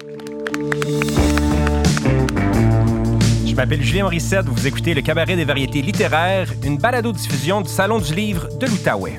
Je m'appelle Julien Morissette, vous écoutez le Cabaret des variétés littéraires, une balado-diffusion du Salon du livre de l'Outaouais.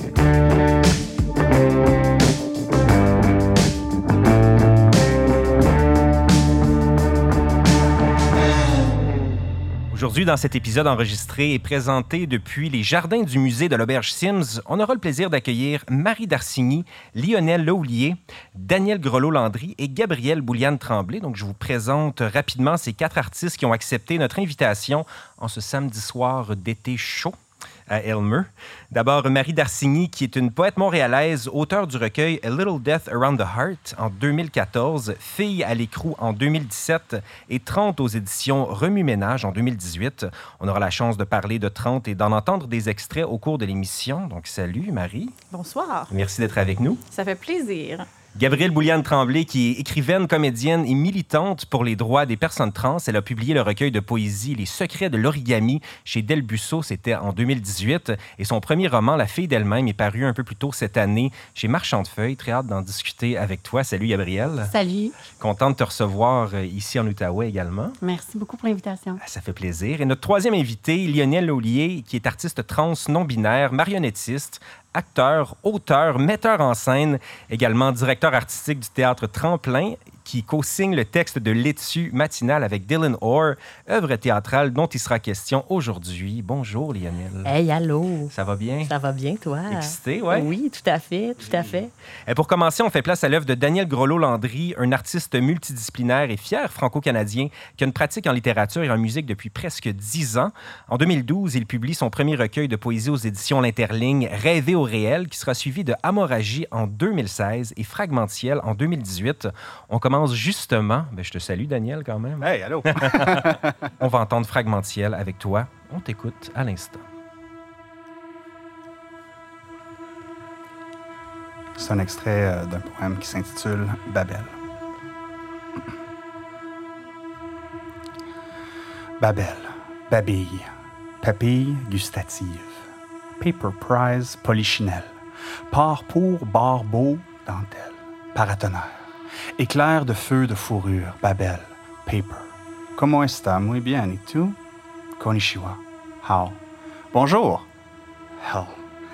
Aujourd'hui, dans cet épisode enregistré et présenté depuis les jardins du musée de l'Auberge Sims, on aura le plaisir d'accueillir Marie Darcigny, Lionel Lehoulier, Daniel Grelot-Landry et Gabrielle Bouliane-Tremblay. Donc, je vous présente rapidement ces 4 artistes qui ont accepté notre invitation en ce samedi soir d'été chaud à Elmer. D'abord, Marie Darcigny, qui est une poète montréalaise, auteure du recueil A Little Death Around the Heart en 2014, Fille à l'écrou en 2017 et 30 aux éditions Remue-Ménage en 2018. On aura la chance de parler de 30 et d'en entendre des extraits au cours de l'émission. Donc, salut Marie. Bonsoir. Merci d'être avec nous. Ça fait plaisir. Gabrielle Bouliane-Tremblay, qui est écrivaine, comédienne et militante pour les droits des personnes trans. Elle a publié le recueil de poésie Les secrets de l'origami chez Delbusso, c'était en 2018. Et son premier roman, La fille d'elle-même, est paru un peu plus tôt cette année chez Marchand de Feuilles. Très hâte d'en discuter avec toi. Salut Gabrielle. Salut. Content de te recevoir ici en Outaouais également. Merci beaucoup pour l'invitation. Ça fait plaisir. Et notre troisième invité, Lionel Lehoulier, qui est artiste trans non-binaire, marionnettiste, acteur, auteur, metteur en scène, également directeur artistique du théâtre Tremplin, qui co-signe le texte de L'étui matinal avec Dylan Orr, œuvre théâtrale dont il sera question aujourd'hui. Bonjour, Lionel. Hey, allô. Ça va bien? Ça va bien, toi? Excité, ouais? Oui, tout à fait, tout à fait. Et pour commencer, on fait place à l'œuvre de Daniel Grelot-Landry, un artiste multidisciplinaire et fier franco-canadien qui a une pratique en littérature et en musique depuis presque 10 ans. En 2012, il publie son premier recueil de poésie aux éditions L'Interligne, Rêver au réel, qui sera suivi de Amoragie en 2016 et Fragmentiel en 2018. On commence justement... je te salue, Daniel, quand même. Hey, allô! On va entendre Fragmentiel avec toi. On t'écoute à l'instant. C'est un extrait d'un poème qui s'intitule Babel. Babel, babille, papille gustative, paper prize polichinelle, part pour barbeau dentelle, paratonnerre, éclair de feu de fourrure, Babel, paper. Comment está? Muy bien, et tu? Konnichiwa. How? Bonjour. Hell.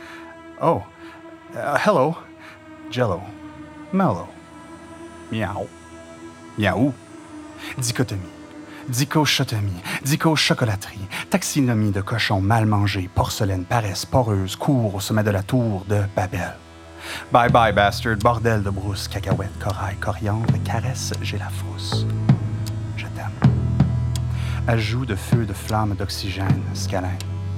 Oh. Hello. Jello. Mellow. Miaou. Miaou. Dichotomie. Dichochotomie. Dichochocolaterie. Taxinomie de cochon mal mangé. Porcelaine, paresse, poreuse, court au sommet de la tour de Babel. Bye bye, bastard. Bordel de brousse, cacahuète, corail, coriandre, caresse, j'ai la frousse. Je t'aime. Ajout de feu, de flamme, d'oxygène, scalin.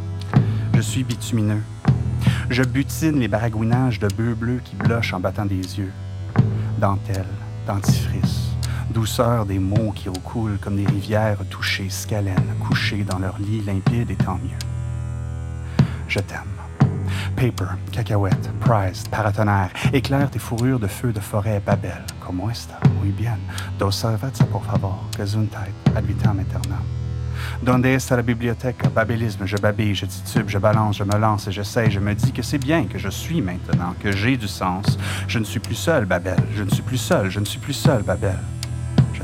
Je suis bitumineux. Je butine les baragouinages de bœufs bleus qui blochent en battant des yeux. Dentelle, dentifrice, douceur des mots qui recoulent comme des rivières touchées, scalènes, couchées dans leur lit limpide et tant mieux. Je t'aime. Paper, cacahuète, prize, paratonnerre, éclaire tes fourrures de feu de forêt, Babel. Como está? Muy bien. Dos cervezas, por favor. Gesundheit, ad vitam aeternam. Donde está la bibliothèque? Babélisme, je babille, je titube, je balance, je me lance et j'essaie, je me dis que c'est bien, que je suis maintenant, que j'ai du sens. Je ne suis plus seul, Babel. Je ne suis plus seul, je ne suis plus seul, Babel. Je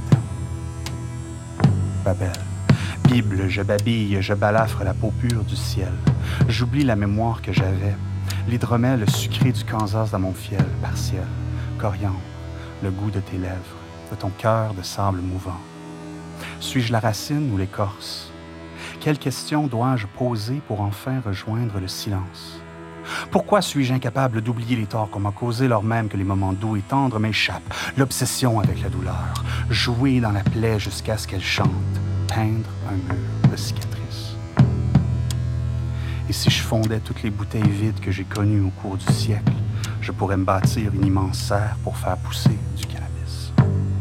t'aime. Babel. Bible, je babille, je balafre la peau pure du ciel. J'oublie la mémoire que j'avais, l'hydromel sucré du Kansas dans mon fiel partiel. Coriandre, le goût de tes lèvres, de ton cœur de sable mouvant. Suis-je la racine ou l'écorce? Quelle question dois-je poser pour enfin rejoindre le silence? Pourquoi suis-je incapable d'oublier les torts qu'on m'a causés lors même que les moments doux et tendres m'échappent? L'obsession avec la douleur, jouer dans la plaie jusqu'à ce qu'elle chante, peindre un mur de cicatrices. Et si je fondais toutes les bouteilles vides que j'ai connues au cours du siècle, je pourrais me bâtir une immense serre pour faire pousser du cannabis.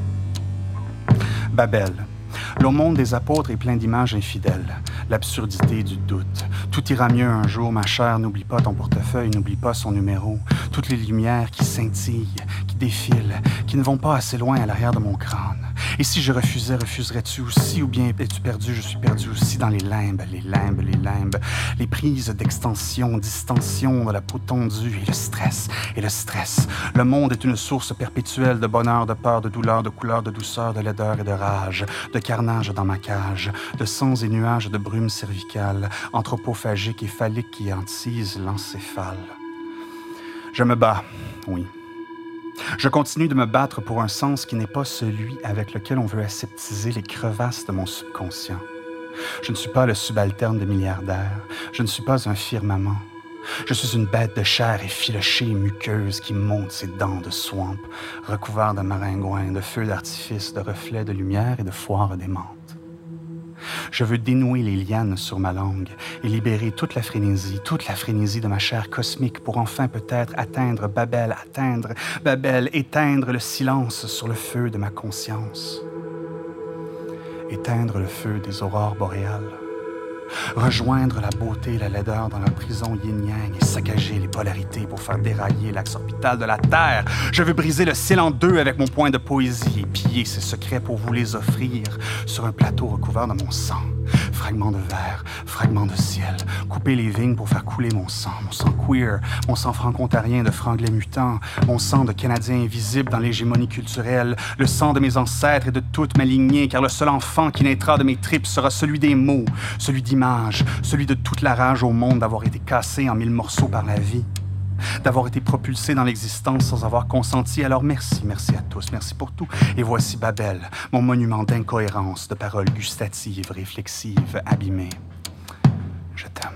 Babel. Le monde des apôtres est plein d'images infidèles, l'absurdité du doute. Tout ira mieux un jour, ma chère, n'oublie pas ton portefeuille, n'oublie pas son numéro. Toutes les lumières qui scintillent, qui défilent, qui ne vont pas assez loin à l'arrière de mon crâne. Et si je refusais, refuserais-tu aussi? Ou bien es-tu perdu? Je suis perdu aussi dans les limbes, les limbes, les limbes. Les prises d'extension, distension de la peau tendue et le stress, et le stress. Le monde est une source perpétuelle de bonheur, de peur, de douleur, de couleur, de douceur, de laideur et de rage, de carnage dans ma cage, de sangs et nuages de brume cervicale, anthropophagique et phallique qui hantise l'encéphale. Je me bats, oui. Je continue de me battre pour un sens qui n'est pas celui avec lequel on veut aseptiser les crevasses de mon subconscient. Je ne suis pas le subalterne de milliardaire. Je ne suis pas un firmament. Je suis une bête de chair effilochée et muqueuse qui monte ses dents de swamp, recouvert de maringouins, de feux d'artifice, de reflets de lumière et de foires démentes. Je veux dénouer les lianes sur ma langue et libérer toute la frénésie de ma chair cosmique pour enfin peut-être atteindre Babel, éteindre le silence sur le feu de ma conscience. Éteindre le feu des aurores boréales. Rejoindre la beauté et la laideur dans la prison yin-yang et saccager les polarités pour faire dérailler l'axe orbital de la Terre. Je veux briser le ciel en deux avec mon point de poésie et piller ses secrets pour vous les offrir sur un plateau recouvert de mon sang. Fragments de verre, fragments de ciel, couper les vignes pour faire couler mon sang queer, mon sang franco-ontarien de franglais mutant, mon sang de Canadien invisible dans l'hégémonie culturelle, le sang de mes ancêtres et de toute ma lignée, car le seul enfant qui naîtra de mes tripes sera celui des mots, celui d'images, celui de toute la rage au monde d'avoir été cassé en 1000 morceaux par la vie, d'avoir été propulsé dans l'existence sans avoir consenti. Alors merci à tous, merci pour tout. Et voici Babel, mon monument d'incohérence, de paroles gustatives, réflexives, abîmées. Je t'aime.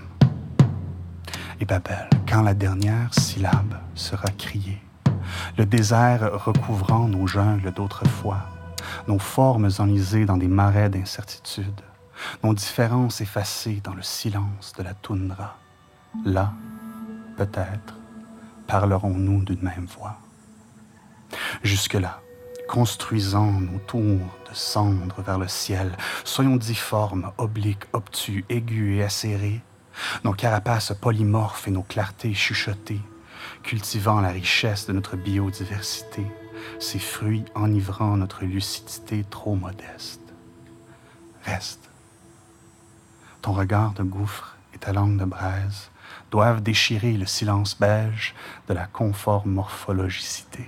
Et Babel, quand la dernière syllabe sera criée, le désert recouvrant nos jungles d'autrefois, nos formes enlisées dans des marais d'incertitude, nos différences effacées dans le silence de la toundra, là, peut-être, parlerons-nous d'une même voix. Jusque-là, construisant nos tours de cendres vers le ciel, soyons difformes, obliques, obtus, aigus et acérés, nos carapaces polymorphes et nos clartés chuchotées, cultivant la richesse de notre biodiversité, ces fruits enivrant notre lucidité trop modeste. Reste. Ton regard de gouffre et ta langue de braise doivent déchirer le silence beige de la conformorphologicité.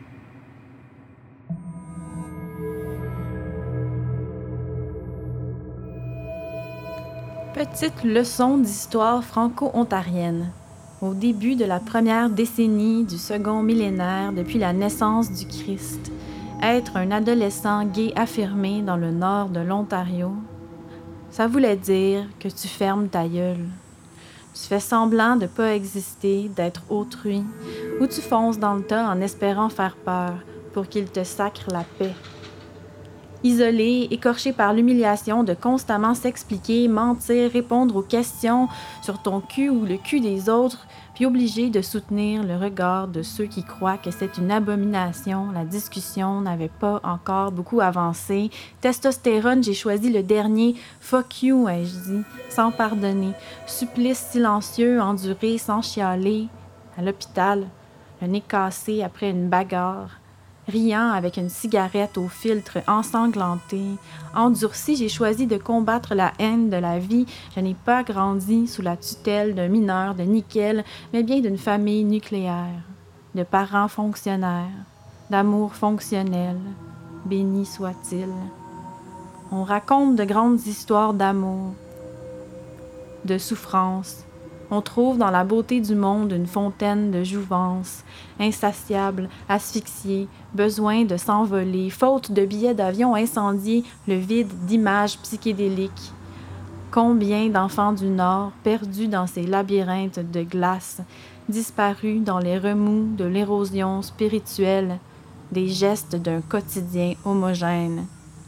Petite leçon d'histoire franco-ontarienne. Au début de la première décennie du second millénaire depuis la naissance du Christ, être un adolescent gay affirmé dans le nord de l'Ontario, ça voulait dire que tu fermes ta gueule. Tu fais semblant de pas exister, d'être autrui, ou tu fonces dans le tas en espérant faire peur pour qu'il te sacre la paix. Isolé, écorché par l'humiliation de constamment s'expliquer, mentir, répondre aux questions sur ton cul ou le cul des autres, puis obligé de soutenir le regard de ceux qui croient que c'est une abomination, la discussion n'avait pas encore beaucoup avancé. Testostérone, j'ai choisi le dernier. Fuck you, ai-je dit, sans pardonner. Supplice silencieux, enduré, sans chialer. À l'hôpital, le nez cassé après une bagarre. Riant avec une cigarette au filtre ensanglanté. Endurci, j'ai choisi de combattre la haine de la vie. Je n'ai pas grandi sous la tutelle d'un mineur de nickel, mais bien d'une famille nucléaire, de parents fonctionnaires, d'amour fonctionnel. Béni soit-il. On raconte de grandes histoires d'amour, de souffrance. On trouve dans la beauté du monde une fontaine de jouvence, insatiable, asphyxié, besoin de s'envoler, faute de billets d'avion incendiés, le vide d'images psychédéliques. Combien d'enfants du Nord, perdus dans ces labyrinthes de glace, disparus dans les remous de l'érosion spirituelle, des gestes d'un quotidien homogène.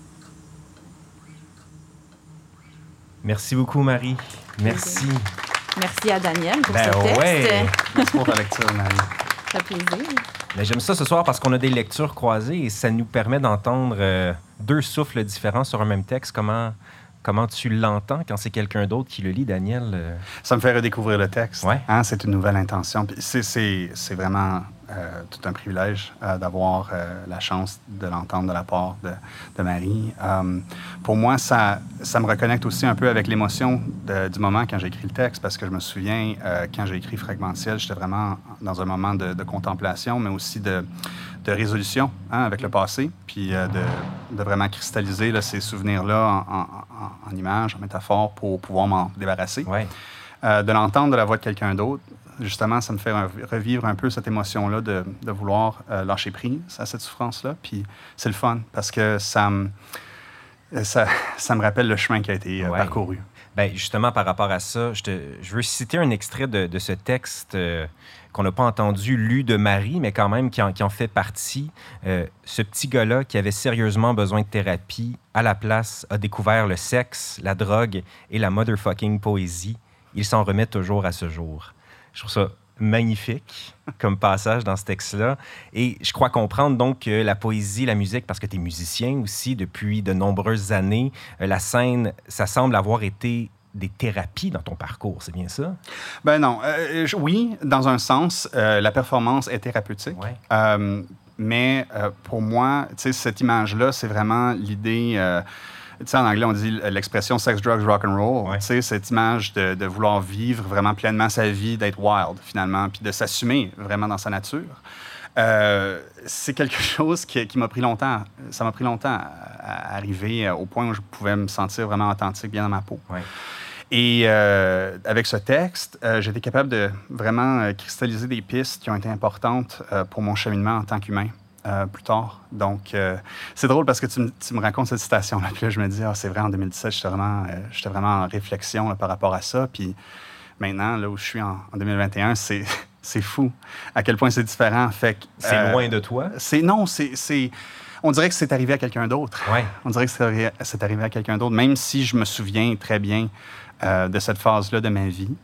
Merci beaucoup, Marie. Merci. Merci à Daniel pour ce texte. Ouais. Merci pour ta lecture, Marie. Ça fait plaisir. Mais j'aime ça ce soir parce qu'on a des lectures croisées et ça nous permet d'entendre deux souffles différents sur un même texte. Comment tu l'entends quand c'est quelqu'un d'autre qui le lit, Daniel? Ça me fait redécouvrir le texte. Ouais. Hein, c'est une nouvelle intention. Puis c'est vraiment tout un privilège d'avoir la chance de l'entendre de la part de Marie. Pour moi, ça me reconnecte aussi un peu avec l'émotion du moment quand j'ai écrit le texte, parce que je me souviens, quand j'ai écrit Fragmentiel, j'étais vraiment dans un moment de contemplation, mais aussi de résolution avec le passé, puis de vraiment cristalliser là, ces souvenirs-là en images, en métaphores, pour pouvoir m'en débarrasser. Ouais. De l'entendre de la voix de quelqu'un d'autre, justement, ça me fait revivre un peu cette émotion-là de vouloir lâcher prise à cette souffrance-là. Puis c'est le fun, parce que ça me rappelle le chemin qui a été parcouru. Bien, justement, par rapport à ça, je veux citer un extrait de ce texte qu'on n'a pas entendu, lu de Marie, mais quand même qui en fait partie. Ce petit gars-là qui avait sérieusement besoin de thérapie, à la place, a découvert le sexe, la drogue et la motherfucking poésie. Il s'en remet toujours à ce jour. Je trouve ça magnifique comme passage dans ce texte-là. Et je crois comprendre donc que la poésie, la musique, parce que tu es musicien aussi depuis de nombreuses années, la scène, ça semble avoir été des thérapies dans ton parcours, c'est bien ça? Ben non. Oui, dans un sens, la performance est thérapeutique. Ouais. Mais pour moi, tu sais, cette image-là, c'est vraiment l'idée... tu sais, en anglais, on dit l'expression « sex, drugs, rock and roll Ouais. ». Tu sais, cette image de vouloir vivre vraiment pleinement sa vie, d'être wild, finalement, puis de s'assumer vraiment dans sa nature. C'est quelque chose qui m'a pris longtemps. Ça m'a pris longtemps à arriver au point où je pouvais me sentir vraiment authentique, bien dans ma peau. Ouais. Et avec ce texte, j'ai été capable de vraiment cristalliser des pistes qui ont été importantes pour mon cheminement en tant qu'humain. Plus tard. Donc, c'est drôle parce que tu me racontes cette citation-là. Puis là, je me dis, c'est vrai, en 2017, j'étais vraiment en réflexion là, par rapport à ça. Puis maintenant, là où je suis en 2021, c'est fou à quel point c'est différent. Fait que, C'est loin de toi? On dirait que c'est arrivé à quelqu'un d'autre. Ouais. On dirait que c'est arrivé à quelqu'un d'autre, même si je me souviens très bien de cette phase-là de ma vie.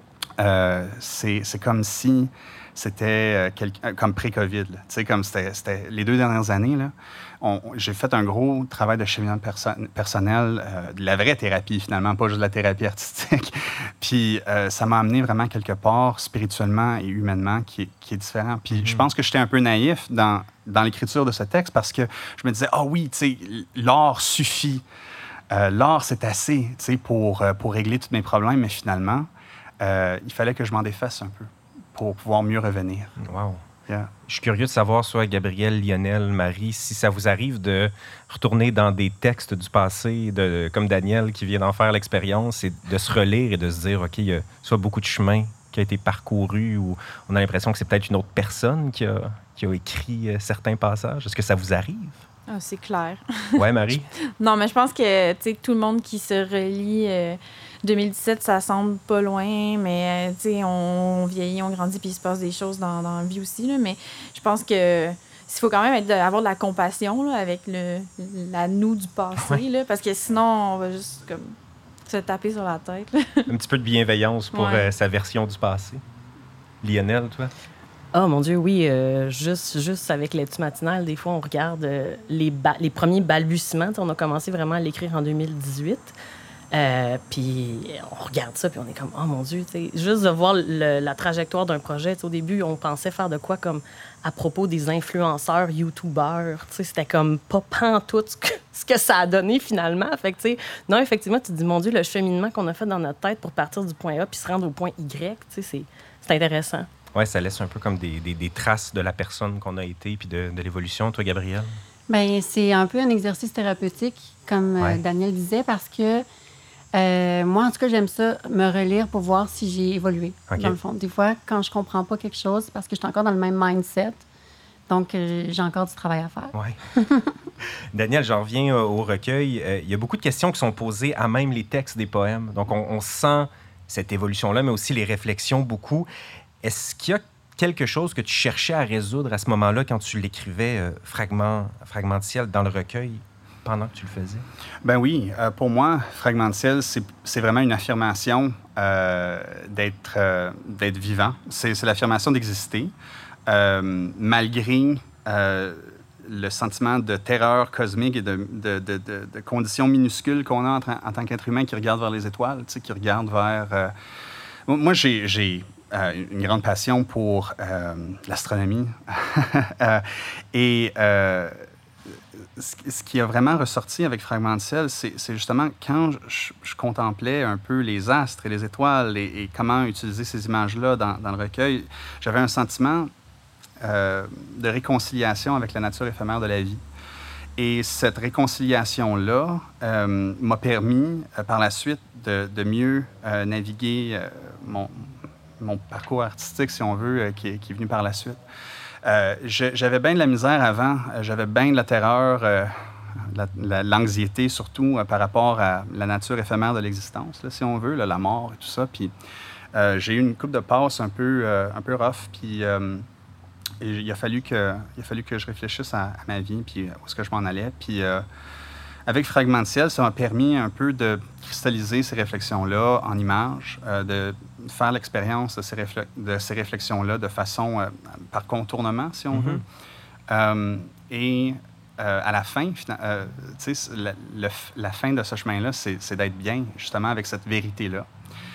C'est comme si c'était comme pré-COVID. Tu sais, comme c'était les 2 dernières années, là, j'ai fait un gros travail de cheminement personnel, de la vraie thérapie, finalement, pas juste de la thérapie artistique. Puis ça m'a amené vraiment quelque part, spirituellement et humainement, qui est différent. Puis je pense que j'étais un peu naïf dans l'écriture de ce texte parce que je me disais, oui, tu sais, l'art suffit. L'art, c'est assez, tu sais, pour régler tous mes problèmes. Mais finalement, il fallait que je m'en défasse un peu pour pouvoir mieux revenir. Wow. Yeah. Je suis curieux de savoir, soit Gabriel, Lionel, Marie, si ça vous arrive de retourner dans des textes du passé, comme Daniel qui vient d'en faire l'expérience, et de se relire et de se dire, OK, il y a soit beaucoup de chemin qui a été parcouru, ou on a l'impression que c'est peut-être une autre personne qui a écrit certains passages. Est-ce que ça vous arrive? Ah, c'est clair. Ouais, Marie? Non, mais je pense que tout le monde qui se relie 2017, ça semble pas loin, mais on vieillit, on grandit, puis il se passe des choses dans la vie aussi. Là, mais je pense que il faut quand même avoir de la compassion là, avec la nous du passé, Ouais. là, parce que sinon, on va juste comme se taper sur la tête. Là. Un petit peu de bienveillance pour Ouais. sa version du passé. Lionel, toi? Oh mon Dieu, oui. Juste avec l'étude matinale, des fois, on regarde les premiers balbutiements. On a commencé vraiment à l'écrire en 2018. Puis on regarde ça, puis on est comme, oh mon Dieu, t'sais, juste de voir la trajectoire d'un projet. Au début, on pensait faire de quoi comme à propos des influenceurs, youtubeurs. C'était comme pas pantoute ce que ça a donné finalement. Fait que, non, effectivement, tu te dis, mon Dieu, le cheminement qu'on a fait dans notre tête pour partir du point A puis se rendre au point Y, c'est intéressant. Oui, ça laisse un peu comme des traces de la personne qu'on a été puis de l'évolution. Toi, Gabrielle? Bien, c'est un peu un exercice thérapeutique, comme Ouais. Daniel disait, parce que moi, en tout cas, j'aime ça, me relire pour voir si j'ai évolué, OK. dans le fond. Des fois, quand je comprends pas quelque chose, c'est parce que je suis encore dans le même mindset. Donc, j'ai encore du travail à faire. Oui. Daniel, j'en reviens au recueil. Il y a beaucoup de questions qui sont posées à même les textes des poèmes. Donc, on sent cette évolution-là, mais aussi les réflexions beaucoup. Est-ce qu'il y a quelque chose que tu cherchais à résoudre à ce moment-là quand tu l'écrivais fragmentiel dans le recueil pendant que tu le faisais? Ben oui, pour moi, Fragmentiel, c'est vraiment une affirmation d'être vivant. C'est l'affirmation d'exister, malgré le sentiment de terreur cosmique et de conditions minuscules qu'on a en tant qu'être humain qui regarde vers les étoiles, qui regarde vers... Moi, j'ai une grande passion pour l'astronomie. Et ce qui a vraiment ressorti avec Fragments de ciel, c'est justement quand je contemplais un peu les astres et les étoiles et comment utiliser ces images-là dans le recueil, j'avais un sentiment de réconciliation avec la nature éphémère de la vie. Et cette réconciliation-là m'a permis, par la suite, de mieux naviguer mon parcours artistique, si on veut, qui est venu par la suite. J'avais bien de la misère avant, j'avais bien de la terreur, l'anxiété surtout par rapport à la nature éphémère de l'existence, là, si on veut, là, la mort et tout ça. Puis j'ai eu une couple de passes un peu rough, puis et il a fallu que je réfléchisse à ma vie, puis où est-ce que je m'en allais. Puis avec Fragments de ciel, ça m'a permis un peu de cristalliser ces réflexions-là en images, de faire l'expérience de ces réflexions-là de façon par contournement, si on veut. Et à la fin, la fin de ce chemin-là, c'est d'être bien, justement, avec cette vérité-là.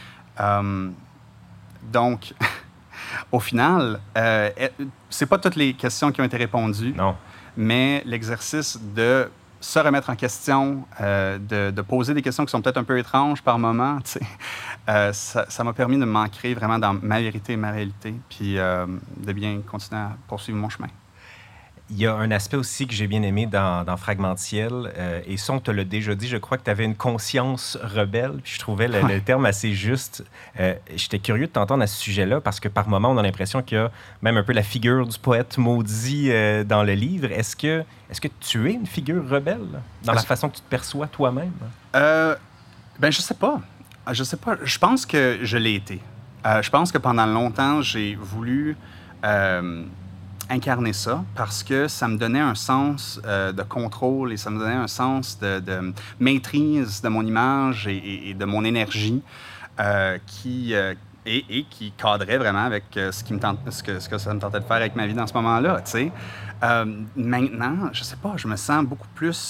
Donc, au final, c'est pas toutes les questions qui ont été répondues, non. Mais l'exercice de se remettre en question, de poser des questions qui sont peut-être un peu étranges par moment, ça m'a permis de m'ancrer vraiment dans ma vérité et ma réalité, puis de bien continuer à poursuivre mon chemin. Il y a un aspect aussi que j'ai bien aimé dans Fragments de ciel, et ça, on te l'a déjà dit, je crois que tu avais une conscience rebelle, puis je trouvais le terme assez juste. J'étais curieux de t'entendre à ce sujet-là, parce que par moments, on a l'impression qu'il y a même un peu la figure du poète maudit dans le livre. Est-ce que tu es une figure rebelle dans la façon que tu te perçois toi-même? Ben, je sais pas. Je pense que je l'ai été. Je pense que pendant longtemps, j'ai voulu incarner ça parce que ça me donnait un sens de contrôle et ça me donnait un sens de maîtrise de mon image et de mon énergie qui cadrait vraiment avec ce que ça me tentait de faire avec ma vie dans ce moment-là, tu sais. Maintenant, je sais pas, je me sens beaucoup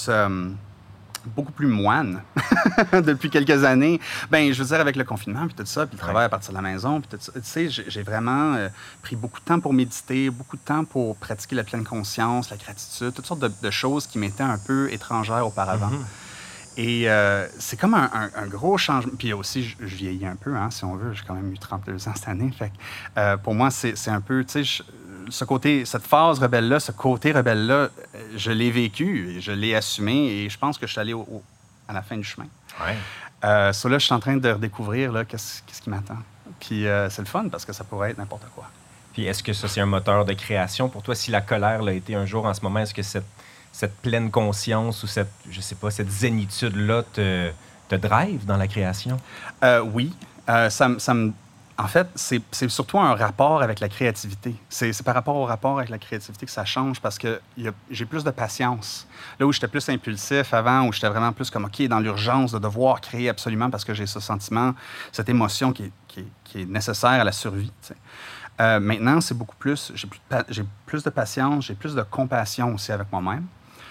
plus moine depuis quelques années. Ben, je veux dire, avec le confinement, puis tout ça, puis le travail à partir de la maison, puis tout ça, tu sais, j'ai vraiment pris beaucoup de temps pour méditer, beaucoup de temps pour pratiquer la pleine conscience, la gratitude, toutes sortes de choses qui m'étaient un peu étrangères auparavant. Et c'est comme un gros changement. Puis aussi, je vieillis un peu, hein, si on veut. J'ai quand même eu 32 ans cette année. Fait que, pour moi, c'est un peu, tu sais, cette phase rebelle-là, ce côté rebelle-là, je l'ai vécu, je l'ai assumé et je pense que je suis allé à la fin du chemin. Ouais. Là, je suis en train de redécouvrir là, qu'est-ce qui m'attend. Puis c'est le fun parce que ça pourrait être n'importe quoi. Puis est-ce que ça, c'est un moteur de création pour toi? Si la colère l'a été un jour en ce moment, est-ce que cette pleine conscience ou cette zénitude-là te drive dans la création? Oui. En fait, c'est surtout un rapport avec la créativité. C'est par rapport au rapport avec la créativité que ça change parce que j'ai plus de patience. Là où j'étais plus impulsif avant, où j'étais vraiment plus comme, OK, dans l'urgence de devoir créer absolument parce que j'ai ce sentiment, cette émotion qui est nécessaire à la survie. Maintenant, c'est beaucoup plus... J'ai plus de patience, j'ai plus de compassion aussi avec moi-même.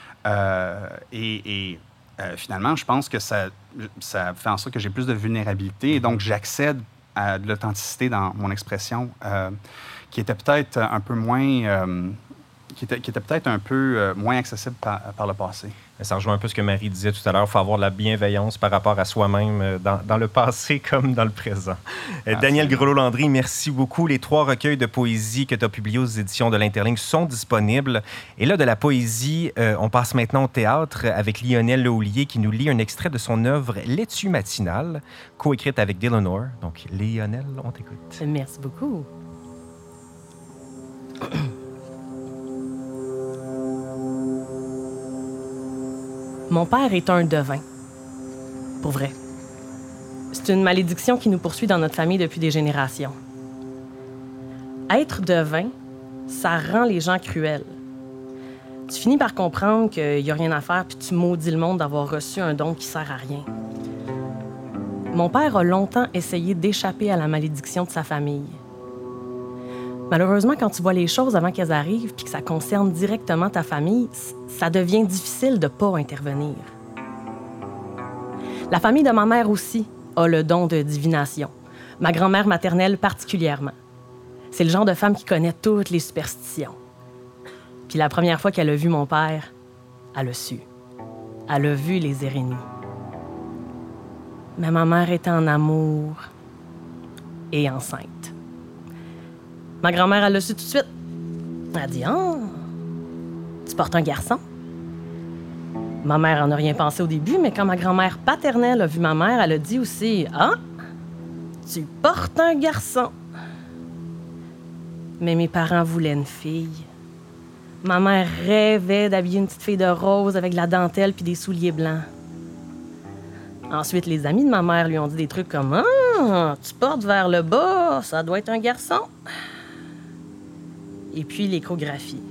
Finalement, je pense que ça fait en sorte que j'ai plus de vulnérabilité et donc j'accède à de l'authenticité dans mon expression qui était peut-être un peu moins qui était peut-être un peu moins accessible par le passé. Ça rejoint un peu ce que Marie disait tout à l'heure. Il faut avoir de la bienveillance par rapport à soi-même dans le passé comme dans le présent. Daniel Grelot-Landry, merci beaucoup. Les 3 recueils de poésie que tu as publiés aux éditions de l'Interligne sont disponibles. Et là, de la poésie, on passe maintenant au théâtre avec Lionel Lehouillier qui nous lit un extrait de son œuvre « Laitue matinale », coécrite avec Dillonor. Donc, Lionel, on t'écoute. Merci beaucoup. Mon père est un devin. Pour vrai. C'est une malédiction qui nous poursuit dans notre famille depuis des générations. Être devin, ça rend les gens cruels. Tu finis par comprendre qu'il n'y a rien à faire puis tu maudis le monde d'avoir reçu un don qui sert à rien. Mon père a longtemps essayé d'échapper à la malédiction de sa famille. Malheureusement, quand tu vois les choses avant qu'elles arrivent puis que ça concerne directement ta famille, ça devient difficile de ne pas intervenir. La famille de ma mère aussi a le don de divination. Ma grand-mère maternelle particulièrement. C'est le genre de femme qui connaît toutes les superstitions. Puis la première fois qu'elle a vu mon père, elle a su. Elle a vu les Irénies. Mais ma mère était en amour et enceinte. Ma grand-mère, elle l'a su tout de suite. Elle a dit « Ah, tu portes un garçon? » Ma mère en a rien pensé au début, mais quand ma grand-mère paternelle a vu ma mère, elle a dit aussi « Ah, tu portes un garçon. » Mais mes parents voulaient une fille. Ma mère rêvait d'habiller une petite fille de rose avec de la dentelle puis des souliers blancs. Ensuite, les amis de ma mère lui ont dit des trucs comme « Ah, tu portes vers le bas, ça doit être un garçon. » Et puis l'échographie.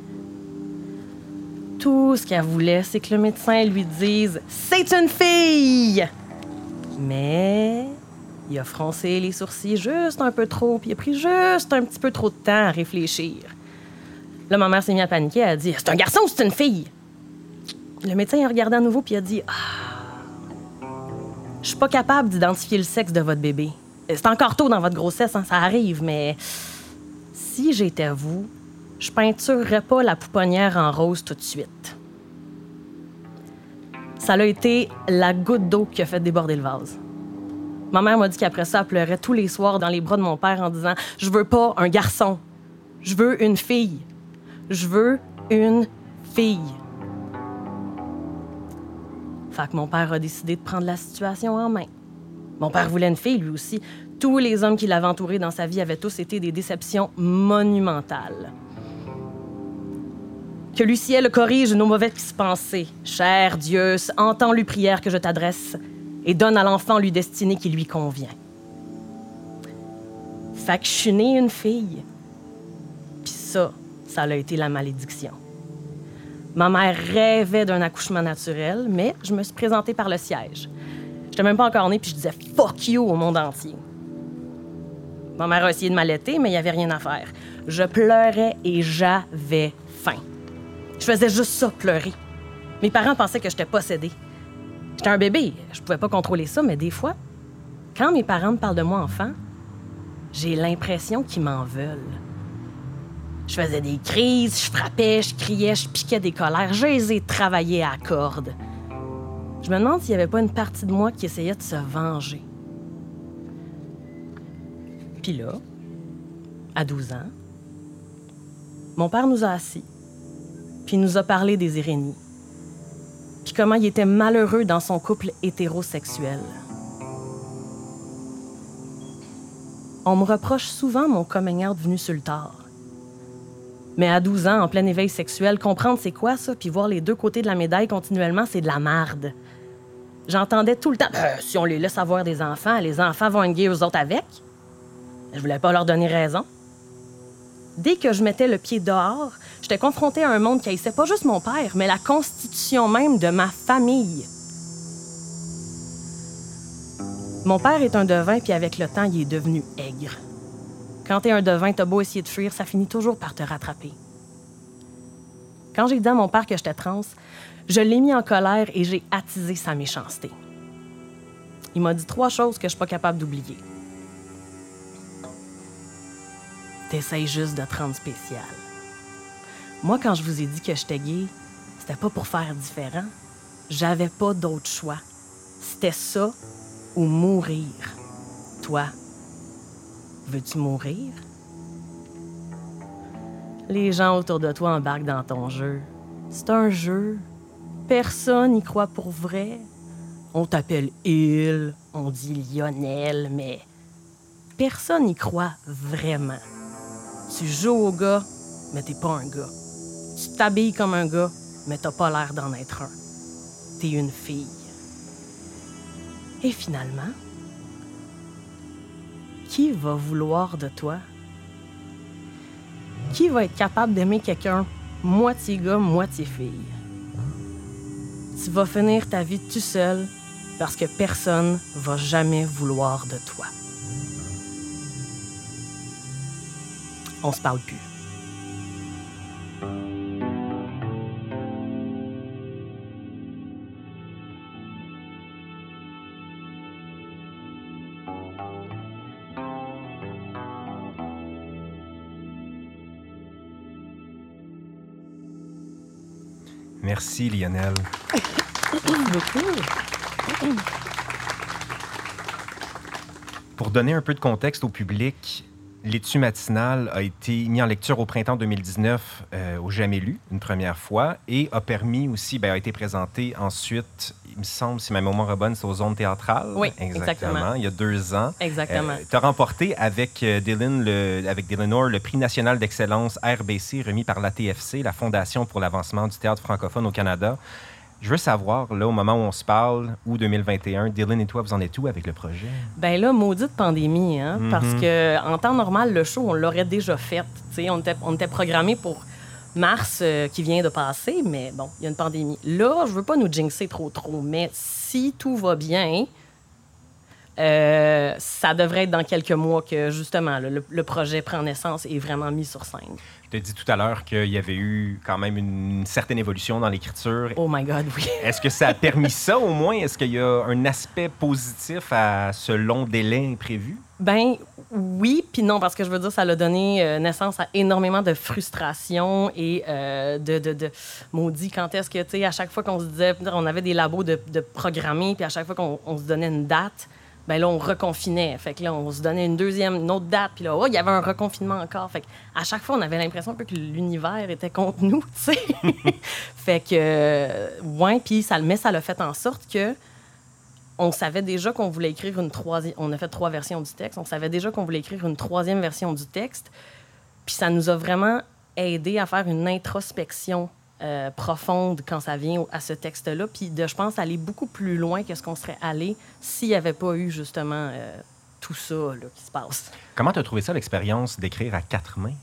Tout ce qu'elle voulait, c'est que le médecin lui dise « C'est une fille! » Mais il a froncé les sourcils juste un peu trop, puis il a pris juste un petit peu trop de temps à réfléchir. Là, ma mère s'est mise à paniquer, elle a dit « C'est un garçon ou c'est une fille? » Le médecin a regardé à nouveau, puis il a dit « Ah, je suis pas capable d'identifier le sexe de votre bébé. C'est encore tôt dans votre grossesse, hein, ça arrive, mais si j'étais vous, je peinturerais pas la pouponnière en rose tout de suite. » Ça a été la goutte d'eau qui a fait déborder le vase. Ma mère m'a dit qu'après ça, elle pleurait tous les soirs dans les bras de mon père en disant « Je veux pas un garçon. Je veux une fille. Je veux une fille. » Fait que mon père a décidé de prendre la situation en main. Mon père voulait une fille, lui aussi. Tous les hommes qui l'avaient entouré dans sa vie avaient tous été des déceptions monumentales. Que Lucie le corrige nos mauvaises pensées. Cher Dieu, entends lui prière que je t'adresse et donne à l'enfant lui destinée qui lui convient. Fait que je suis née une fille. Puis ça a été la malédiction. Ma mère rêvait d'un accouchement naturel, mais je me suis présentée par le siège. J'étais même pas encore née, puis je disais « fuck you » au monde entier. Ma mère a essayé de m'allaiter, mais il n'y avait rien à faire. Je pleurais et j'avais faim. Je faisais juste ça, pleurer. Mes parents pensaient que j'étais possédée. J'étais un bébé, je pouvais pas contrôler ça, mais des fois, quand mes parents me parlent de moi enfant, j'ai l'impression qu'ils m'en veulent. Je faisais des crises, je frappais, je criais, je piquais des colères. Je les ai travaillées à la corde. Je me demande s'il n'y avait pas une partie de moi qui essayait de se venger. Puis là, à 12 ans, mon père nous a assis, puis il nous a parlé des Irénies, puis comment il était malheureux dans son couple hétérosexuel. On me reproche souvent mon coming out venu sur le tard. Mais à 12 ans, en plein éveil sexuel, comprendre c'est quoi ça, puis voir les deux côtés de la médaille continuellement, c'est de la marde. J'entendais tout le temps « Si on les laisse avoir des enfants, les enfants vont être gays aux autres avec. » Je voulais pas leur donner raison. Dès que je mettais le pied dehors, j'étais confrontée à un monde qui haïssait pas juste mon père, mais la constitution même de ma famille. Mon père est un devin, puis avec le temps, il est devenu aigre. Quand t'es un devin, t'as beau essayer de fuir, ça finit toujours par te rattraper. Quand j'ai dit à mon père que j'étais trans, je l'ai mis en colère et j'ai attisé sa méchanceté. Il m'a dit 3 choses que je suis pas capable d'oublier. T'essayes juste de te rendre spécial. Moi, quand je vous ai dit que j'étais gay, c'était pas pour faire différent. J'avais pas d'autre choix. C'était ça ou mourir. Toi, veux-tu mourir? Les gens autour de toi embarquent dans ton jeu. C'est un jeu. Personne n'y croit pour vrai. On t'appelle Il, on dit Lionel, mais personne n'y croit vraiment. Tu joues au gars, mais t'es pas un gars. Tu t'habilles comme un gars, mais t'as pas l'air d'en être un. T'es une fille. Et finalement, qui va vouloir de toi? Qui va être capable d'aimer quelqu'un moitié gars, moitié fille? Tu vas finir ta vie tout seul parce que personne va jamais vouloir de toi. On se parle plus. Merci, Lionel. Merci beaucoup. Pour donner un peu de contexte au public, l'étui matinal a été mis en lecture au printemps 2019 au Jamais lu, une première fois, et a permis aussi, a été présenté ensuite, il me semble, si ma mémoire est bonne, c'est aux Zones théâtrales. Oui, exactement. Il y a 2 ans. Exactement. Tu as remporté avec Dylan Orr le prix national d'excellence RBC remis par la TFC, la Fondation pour l'avancement du théâtre francophone au Canada. Je veux savoir, là, au moment où on se parle, août 2021, Dylan et toi, vous en êtes où avec le projet? Ben là, maudite pandémie, hein? Parce que en temps normal, le show, on l'aurait déjà fait. T'sais, on était programmé pour mars qui vient de passer, mais bon, il y a une pandémie. Là, je veux pas nous jinxer trop, mais si tout va bien, ça devrait être dans quelques mois que, justement, le projet prend naissance et est vraiment mis sur scène. Je t'ai dit tout à l'heure qu'il y avait eu quand même une certaine évolution dans l'écriture. Oh my God, oui. Est-ce que ça a permis ça, au moins? Est-ce qu'il y a un aspect positif à ce long délai imprévu? Ben oui, puis non, parce que je veux dire, ça a donné naissance à énormément de frustration et de maudit. Quand est-ce que, tu sais, à chaque fois qu'on se disait, on avait des labos de programmer, puis à chaque fois qu'on se donnait une date, ben là, on reconfinait. Fait que là, on se donnait une autre date, puis là, il y avait un reconfinement encore. Fait que à chaque fois, on avait l'impression un peu que l'univers était contre nous, tu sais. Fait que, ouais, puis ça l'a fait en sorte que on savait déjà qu'on voulait écrire une troisième... On a fait 3 versions du texte. On savait déjà qu'on voulait écrire une 3e version du texte. Puis ça nous a vraiment aidé à faire une introspection profonde quand ça vient à ce texte-là. Puis je pense, aller beaucoup plus loin que ce qu'on serait allé s'il n'y avait pas eu, justement, tout ça là, qui se passe. Comment tu as trouvé ça, l'expérience d'écrire à 4 mains?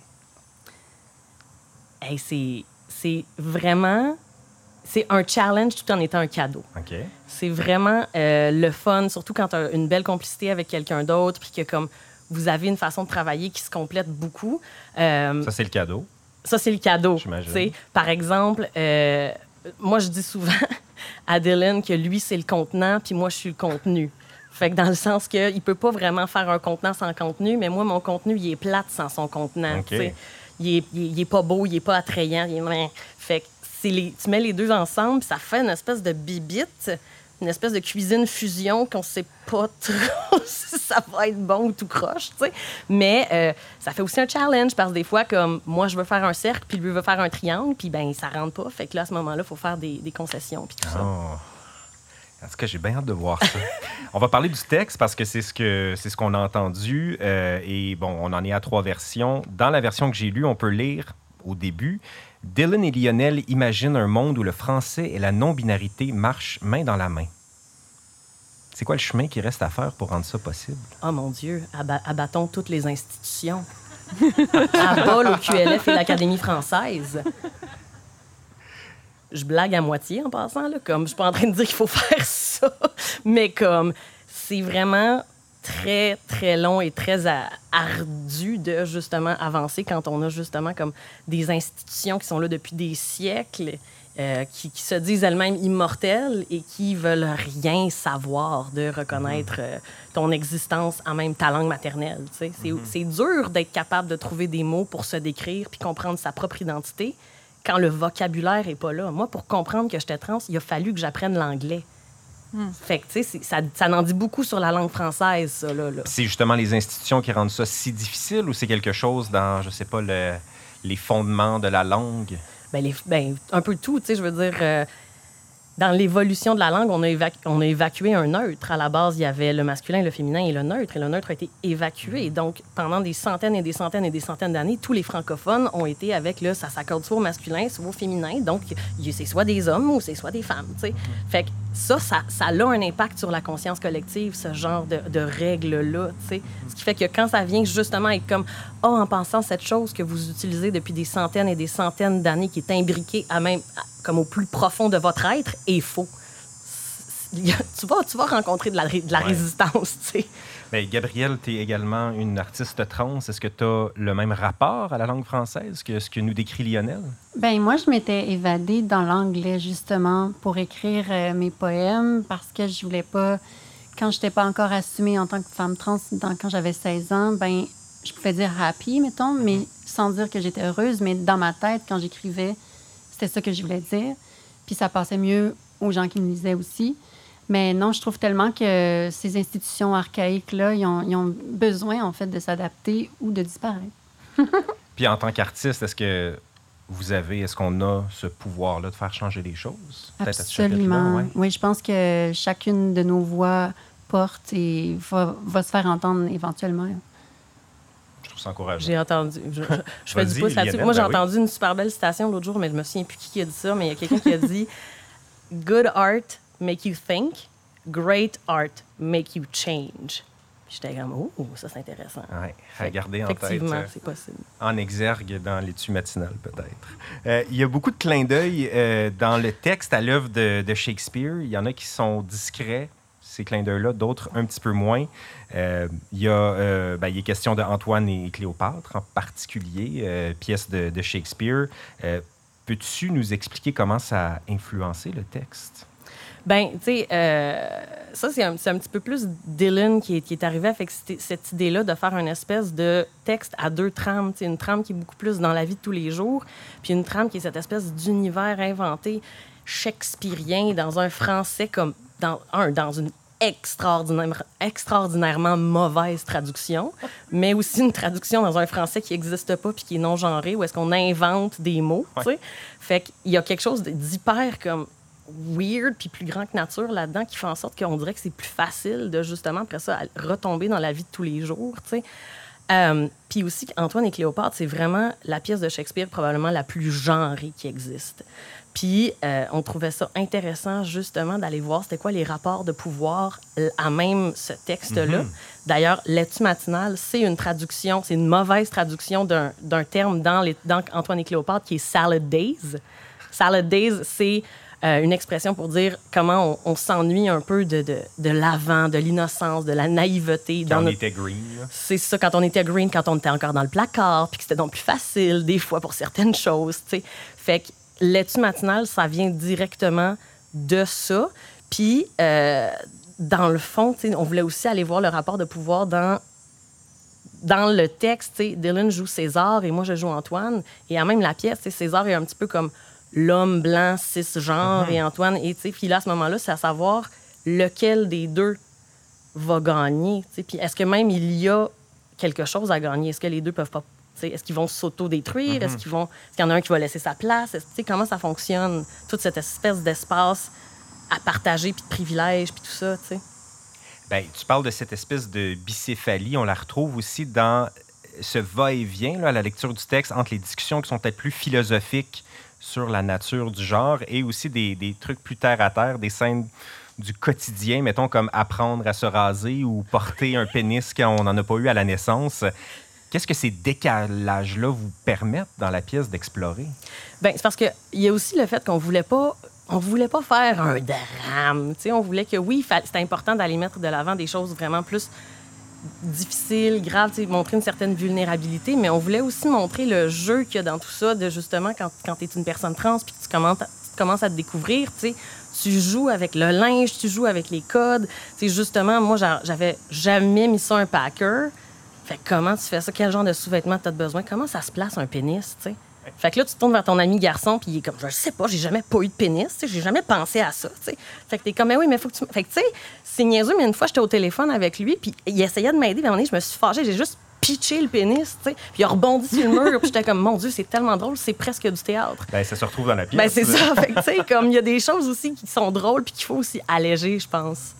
Hey, c'est vraiment... C'est un challenge tout en étant un cadeau. OK. C'est vraiment le fun, surtout quand tu as une belle complicité avec quelqu'un d'autre, puis que comme vous avez une façon de travailler qui se complète beaucoup. Ça, c'est le cadeau. Ça, c'est le cadeau. J'imagine. Par exemple, moi, je dis souvent à Dylan que lui, c'est le contenant, puis moi, je suis le contenu. Fait que dans le sens qu'il ne peut pas vraiment faire un contenant sans contenu, mais moi, mon contenu, il est plate sans son contenant. Okay. Il est pas beau, il est pas attrayant. Fait que tu mets les deux ensemble, ça fait une espèce de bibite, une espèce de cuisine fusion qu'on sait pas trop si ça va être bon ou tout croche, tu sais. Mais ça fait aussi un challenge parce que des fois, comme moi, je veux faire un cercle, puis lui veut faire un triangle, puis ben ça rentre pas. Fait que là, à ce moment-là, il faut faire des concessions, puis tout ça. En tout cas, j'ai bien hâte de voir ça. On va parler du texte parce que c'est ce qu'on a entendu. Et bon, on en est à 3 versions. Dans la version que j'ai lue, on peut lire au début... Dylan et Lionel imaginent un monde où le français et la non-binarité marchent main dans la main. C'est quoi le chemin qui reste à faire pour rendre ça possible? Oh mon Dieu, abattons toutes les institutions. Abat l'OQLF et l'Académie française. Je blague à moitié en passant, là, comme je suis pas en train de dire qu'il faut faire ça, mais comme c'est vraiment très, très long et très ardu de, justement, avancer quand on a, justement, comme des institutions qui sont là depuis des siècles, qui se disent elles-mêmes immortelles et qui veulent rien savoir de reconnaître ton existence en même ta langue maternelle. Tu sais. C'est dur d'être capable de trouver des mots pour se décrire puis comprendre sa propre identité quand le vocabulaire n'est pas là. Moi, pour comprendre que j'étais trans, il a fallu que j'apprenne l'anglais. Fait que, tu sais, ça en dit beaucoup sur la langue française, ça, là. C'est justement les institutions qui rendent ça si difficile ou c'est quelque chose dans, je sais pas, les fondements de la langue? Ben, un peu tout, tu sais, je veux dire... dans l'évolution de la langue, on a évacué un neutre. À la base, il y avait le masculin, le féminin et le neutre a été évacué. Donc, pendant des centaines et des centaines et des centaines d'années, tous les francophones ont été avec, là, ça s'accorde soit au masculin, soit au féminin. Donc, c'est soit des hommes ou c'est soit des femmes, tu sais. Fait que ça a un impact sur la conscience collective, ce genre de règles-là, tu sais. Ce qui fait que quand ça vient justement être comme, en pensant cette chose que vous utilisez depuis des centaines et des centaines d'années, qui est imbriquée comme au plus profond de votre être, est faux. Tu vas rencontrer de la résistance, tu sais. Bien, Gabrielle, tu es également une artiste trans. Est-ce que tu as le même rapport à la langue française que ce que nous décrit Lionel? Bien, moi, je m'étais évadée dans l'anglais, justement, pour écrire mes poèmes parce que je voulais pas... Quand je n'étais pas encore assumée en tant que femme trans, quand j'avais 16 ans, bien, je pouvais dire « happy », mettons, mais sans dire que j'étais heureuse. Mais dans ma tête, quand j'écrivais, c'était ça que je voulais dire. puis ça passait mieux aux gens qui me lisaient aussi. Mais non, je trouve tellement que ces institutions archaïques-là, ils ont besoin, en fait, de s'adapter ou de disparaître. Puis en tant qu'artiste, est-ce qu'on a ce pouvoir-là de faire changer les choses? Absolument. Ouais. Oui, je pense que chacune de nos voix porte et va se faire entendre éventuellement. Je trouve ça encourageant. J'ai entendu. Je fais du pouce là-dessus. Lionel, Moi, j'ai entendu une super belle citation l'autre jour, mais je me souviens plus qui a dit ça, mais il y a quelqu'un qui a dit « Good art make you think, great art make you change ». Puis j'étais comme « Oh, ça, c'est intéressant. » Oui, à garder en tête. Effectivement, c'est possible. En exergue dans l'étui matinal, peut-être. Il y a beaucoup de clins d'œil dans le texte à l'œuvre de Shakespeare. Il y en a qui sont discrets, ces clins d'œil-là, d'autres un petit peu moins. Il est question d'Antoine et Cléopâtre, en particulier, pièce de Shakespeare. Peux-tu nous expliquer comment ça a influencé le texte? Ben, tu sais, ça, c'est un petit peu plus Dylan qui est arrivé avec cette idée-là de faire une espèce de texte à deux trames. Tu sais, une trame qui est beaucoup plus dans la vie de tous les jours, puis une trame qui est cette espèce d'univers inventé shakespearien dans un français comme dans une extraordinairement mauvaise traduction, mais aussi une traduction dans un français qui n'existe pas puis qui est non-genré, où est-ce qu'on invente des mots, tu sais. Fait qu'il y a quelque chose d'hyper comme weird puis plus grand que nature là-dedans qui fait en sorte qu'on dirait que c'est plus facile de justement, après ça, retomber dans la vie de tous les jours, tu sais. Puis aussi, Antoine et Cléopâtre, c'est vraiment la pièce de Shakespeare probablement la plus genrée qui existe. Puis on trouvait ça intéressant, justement, d'aller voir c'était quoi les rapports de pouvoir à même ce texte-là. D'ailleurs, l'étui matinal, c'est une traduction, c'est une mauvaise traduction d'un terme dans Antoine et Cléopâtre qui est « salad days ». Salad days, c'est une expression pour dire comment on s'ennuie un peu de l'avant, de l'innocence, de la naïveté. Quand on était green. Là. C'est ça, quand on était green, quand on était encore dans le placard, puis que c'était donc plus facile, des fois, pour certaines choses, tu sais. Fait que l'étui matinal, ça vient directement de ça. Puis, dans le fond, tu sais, on voulait aussi aller voir le rapport de pouvoir dans le texte. Tu sais, Dylan joue César et moi, je joue Antoine. Et à même la pièce, tu sais, César est un petit peu comme l'homme blanc cisgenre et Antoine. Et tu sais, puis là, à ce moment-là, c'est à savoir lequel des deux va gagner. Tu sais. Puis est-ce que même il y a quelque chose à gagner? Est-ce que les deux peuvent pas... Est-ce qu'ils vont s'auto-détruire? Est-ce qu'il y en a un qui va laisser sa place? Comment ça fonctionne? Toute cette espèce d'espace à partager, puis de privilèges, puis tout ça, tu sais. Bien, tu parles de cette espèce de bicéphalie. On la retrouve aussi dans ce va-et-vient, là, à la lecture du texte, entre les discussions qui sont peut-être plus philosophiques sur la nature du genre et aussi des trucs plus terre-à-terre, des scènes du quotidien, mettons comme apprendre à se raser ou porter un pénis quand on n'en a pas eu à la naissance. Qu'est-ce que ces décalages-là vous permettent dans la pièce d'explorer? Bien, c'est parce qu'il y a aussi le fait qu'on voulait pas faire un drame. T'sais, on voulait que, oui, c'était important d'aller mettre de l'avant des choses vraiment plus difficiles, graves, montrer une certaine vulnérabilité, mais on voulait aussi montrer le jeu qu'il y a dans tout ça, de justement, quand tu es une personne trans puis que tu commences à te découvrir, tu joues avec le linge, tu joues avec les codes. Justement, moi, j'avais jamais mis ça un packer. Fait comment tu fais ça? Quel genre de sous-vêtements tu as besoin? Comment ça se place un pénis, tu sais? Fait que là, tu te tournes vers ton ami garçon, puis il est comme, je sais pas, j'ai jamais pas eu de pénis, tu sais, j'ai jamais pensé à ça, tu sais. Fait que t'es comme, mais oui, mais faut que tu... Fait que, tu sais, c'est niaiseux, mais une fois, j'étais au téléphone avec lui, puis il essayait de m'aider, puis à un moment donné, je me suis fâchée, j'ai juste pitché le pénis, tu sais. Puis il a rebondi sur le mur, puis j'étais comme, mon Dieu, c'est tellement drôle, c'est presque du théâtre. Bien, ça se retrouve dans la pièce. Ben c'est ça. Fait que, tu sais, comme, il y a des choses aussi qui sont drôles, puis qu'il faut aussi alléger, je pense.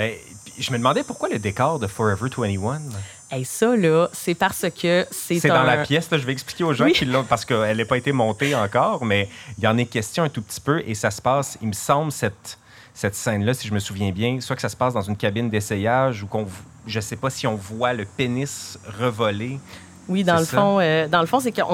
Je me demandais pourquoi le décor de Forever 21. Hey, ça, là, c'est parce que c'est dans la pièce, là, je vais expliquer aux gens qui l'ont, parce qu'elle n'a pas été montée encore, mais il y en est question un tout petit peu, et ça se passe, il me semble, cette scène-là, si je me souviens bien, soit que ça se passe dans une cabine d'essayage, ou je ne sais pas si on voit le pénis revoler. Oui, dans le fond, c'est que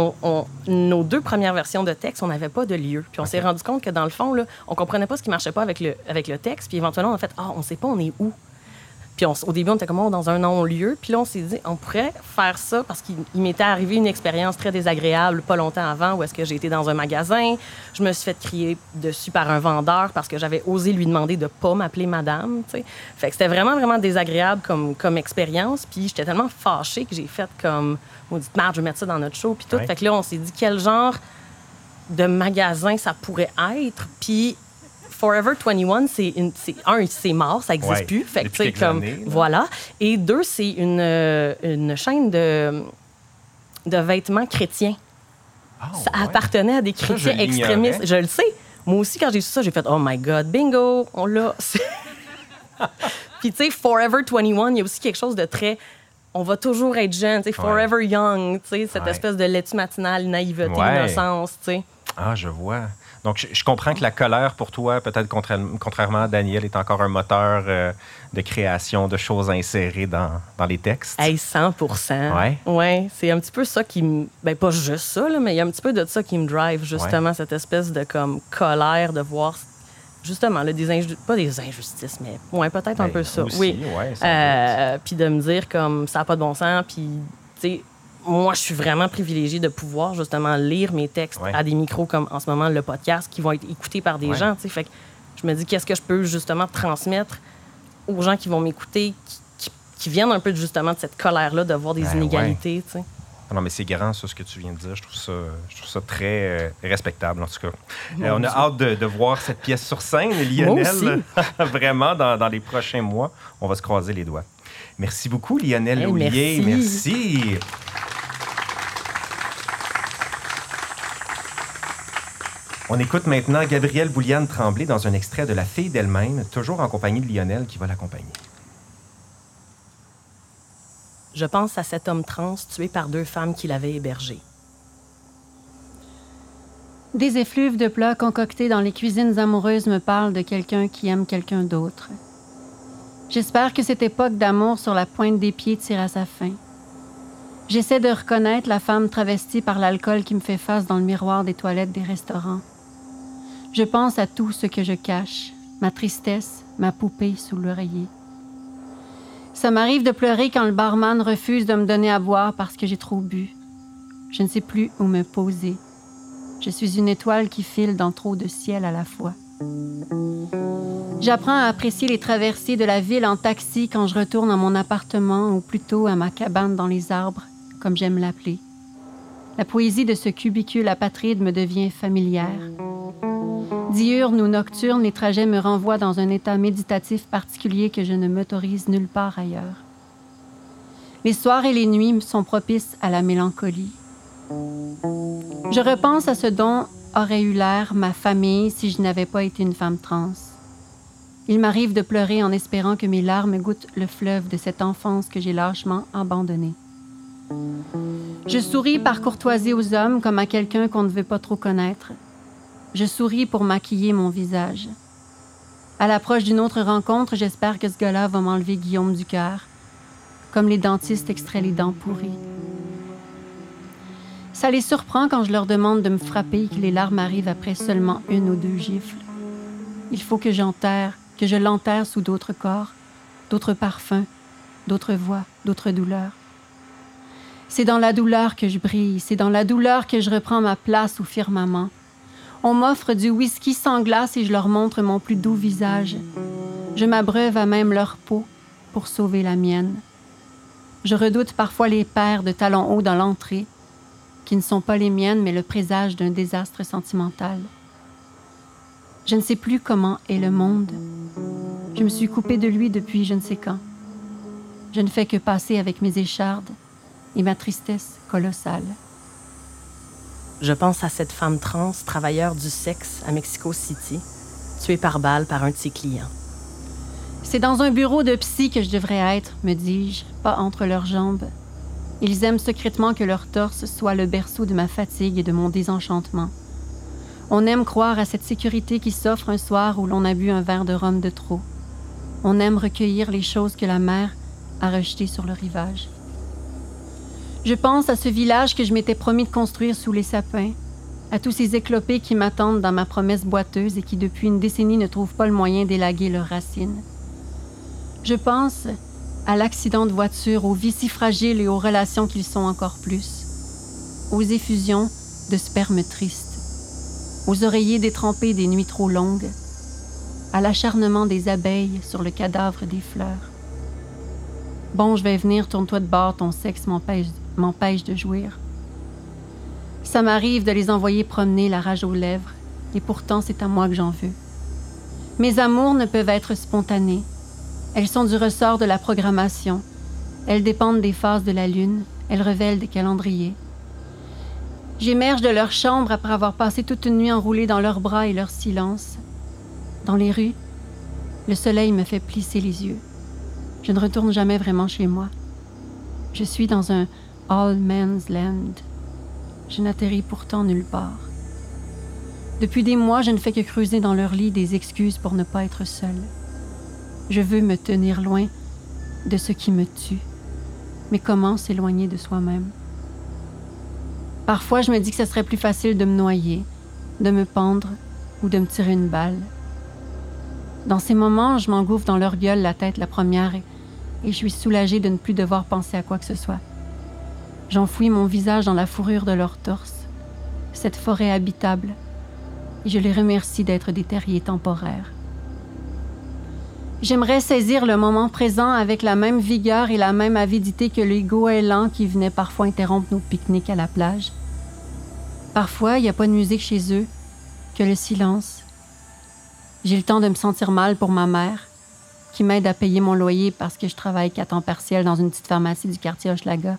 nos deux premières versions de texte, on n'avait pas de lieu. Puis on s'est rendu compte que, dans le fond, là, on comprenait pas ce qui marchait pas avec le texte, puis éventuellement, on a fait « Ah, on sait pas, on est où? » Puis au début, on était comme dans un non-lieu. Puis là, on s'est dit, on pourrait faire ça parce qu'il m'était arrivé une expérience très désagréable pas longtemps avant où est-ce que j'ai été dans un magasin. Je me suis fait crier dessus par un vendeur parce que j'avais osé lui demander de pas m'appeler madame, tu sais. Fait que c'était vraiment, vraiment désagréable comme expérience. Puis j'étais tellement fâchée que j'ai fait comme, maudite merde, je vais mettre ça dans notre show. Puis tout. Ouais. Fait que là, on s'est dit quel genre de magasin ça pourrait être. Puis Forever 21, c'est mort, ça n'existe plus. Fait que, tu sais, comme, voilà. Et 2, c'est une chaîne de vêtements chrétiens. Ça appartenait à des chrétiens extrémistes. Je le sais. Moi aussi, quand j'ai su ça, j'ai fait « Oh my God, bingo! On l'a! » Puis, tu sais, Forever 21, il y a aussi quelque chose de très... On va toujours être jeune, tu sais, Forever Young, tu sais, cette espèce de laitue matinale, naïveté, innocence, tu sais. Ah, je vois. Donc, je comprends que la colère, pour toi, peut-être contrairement à Daniel, est encore un moteur de création, de choses insérées dans les textes. Hey, 100%. Ouais. Ouais, c'est un petit peu ça qui me... Ben, pas juste ça, là, mais il y a un petit peu de ça qui me drive, justement, cette espèce de, comme, colère de voir... Justement, là, pas des injustices, mais peut-être un peu ça. Aussi, oui. Puis de me dire comme ça n'a pas de bon sens. Puis, tu sais, moi, je suis vraiment privilégiée de pouvoir justement lire mes textes à des micros comme en ce moment le podcast qui vont être écoutés par des gens. Tu sais, fait que je me dis qu'est-ce que je peux justement transmettre aux gens qui vont m'écouter, qui viennent un peu justement de cette colère-là de voir des inégalités. Tu sais. Non, mais c'est grand, ça, ce que tu viens de dire. Je trouve ça très respectable, en tout cas. On a hâte de voir cette pièce sur scène, Lionel. Vraiment, dans les prochains mois. On va se croiser les doigts. Merci beaucoup, Lionel Laulier. Merci. On écoute maintenant Gabrielle Bouliane-Tremblay dans un extrait de La fille d'elle-même, toujours en compagnie de Lionel qui va l'accompagner. Je pense à cet homme trans tué par 2 femmes qui l'avaient hébergé. Des effluves de plats concoctés dans les cuisines amoureuses me parlent de quelqu'un qui aime quelqu'un d'autre. J'espère que cette époque d'amour sur la pointe des pieds tire à sa fin. J'essaie de reconnaître la femme travestie par l'alcool qui me fait face dans le miroir des toilettes des restaurants. Je pense à tout ce que je cache, ma tristesse, ma poupée sous l'oreiller. Ça m'arrive de pleurer quand le barman refuse de me donner à boire parce que j'ai trop bu. Je ne sais plus où me poser. Je suis une étoile qui file dans trop de ciel à la fois. J'apprends à apprécier les traversées de la ville en taxi quand je retourne à mon appartement ou plutôt à ma cabane dans les arbres, comme j'aime l'appeler. La poésie de ce cubicule apatride me devient familière. Diurne ou nocturne, les trajets me renvoient dans un état méditatif particulier que je ne m'autorise nulle part ailleurs. Les soirs et les nuits sont propices à la mélancolie. Je repense à ce dont aurait eu l'air ma famille si je n'avais pas été une femme trans. Il m'arrive de pleurer en espérant que mes larmes goûtent le fleuve de cette enfance que j'ai lâchement abandonnée. Je souris par courtoisie aux hommes comme à quelqu'un qu'on ne veut pas trop connaître. Je souris pour maquiller mon visage. À l'approche d'une autre rencontre, j'espère que ce gars-là va m'enlever Guillaume du cœur, comme les dentistes extraient les dents pourries. Ça les surprend quand je leur demande de me frapper et que les larmes arrivent après seulement 1 ou 2 gifles. Il faut que je l'enterre sous d'autres corps, d'autres parfums, d'autres voix, d'autres douleurs. C'est dans la douleur que je brille, c'est dans la douleur que je reprends ma place au firmament. On m'offre du whisky sans glace et je leur montre mon plus doux visage. Je m'abreuve à même leur peau pour sauver la mienne. Je redoute parfois les paires de talons hauts dans l'entrée, qui ne sont pas les miennes, mais le présage d'un désastre sentimental. Je ne sais plus comment est le monde. Je me suis coupée de lui depuis je ne sais quand. Je ne fais que passer avec mes échardes et ma tristesse colossale. Je pense à cette femme trans, travailleur du sexe à Mexico City, tuée par balle par un de ses clients. C'est dans un bureau de psy que je devrais être, me dis-je, pas entre leurs jambes. Ils aiment secrètement que leur torse soit le berceau de ma fatigue et de mon désenchantement. On aime croire à cette sécurité qui s'offre un soir où l'on a bu un verre de rhum de trop. On aime recueillir les choses que la mer a rejetées sur le rivage. Je pense à ce village que je m'étais promis de construire sous les sapins, à tous ces éclopés qui m'attendent dans ma promesse boiteuse et qui depuis une décennie ne trouvent pas le moyen d'élaguer leurs racines. Je pense à l'accident de voiture, aux vies si fragiles et aux relations qu'ils sont encore plus, aux effusions de sperme triste, aux oreillers détrempés des nuits trop longues, à l'acharnement des abeilles sur le cadavre des fleurs. Bon, je vais venir, tourne-toi de bord, ton sexe m'empêche de jouir. Ça m'arrive de les envoyer promener la rage aux lèvres, et pourtant c'est à moi que j'en veux. Mes amours ne peuvent être spontanées. Elles sont du ressort de la programmation. Elles dépendent des phases de la lune. Elles révèlent des calendriers. J'émerge de leur chambre après avoir passé toute une nuit enroulée dans leurs bras et leur silence. Dans les rues, le soleil me fait plisser les yeux. Je ne retourne jamais vraiment chez moi. Je suis dans un all man's land. Je n'atterris pourtant nulle part. Depuis des mois, je ne fais que creuser dans leur lit des excuses pour ne pas être seule. Je veux me tenir loin de ce qui me tue. Mais comment s'éloigner de soi-même? Parfois, je me dis que ce serait plus facile de me noyer, de me pendre ou de me tirer une balle. Dans ces moments, je m'engouffre dans leur gueule la tête la première et je suis soulagée de ne plus devoir penser à quoi que ce soit. J'enfouis mon visage dans la fourrure de leur torse, cette forêt habitable, et je les remercie d'être des terriers temporaires. J'aimerais saisir le moment présent avec la même vigueur et la même avidité que les goélands qui venaient parfois interrompre nos pique-niques à la plage. Parfois, il n'y a pas de musique chez eux, que le silence. J'ai le temps de me sentir mal pour ma mère, qui m'aide à payer mon loyer parce que je travaille qu'à temps partiel dans une petite pharmacie du quartier Hochelaga.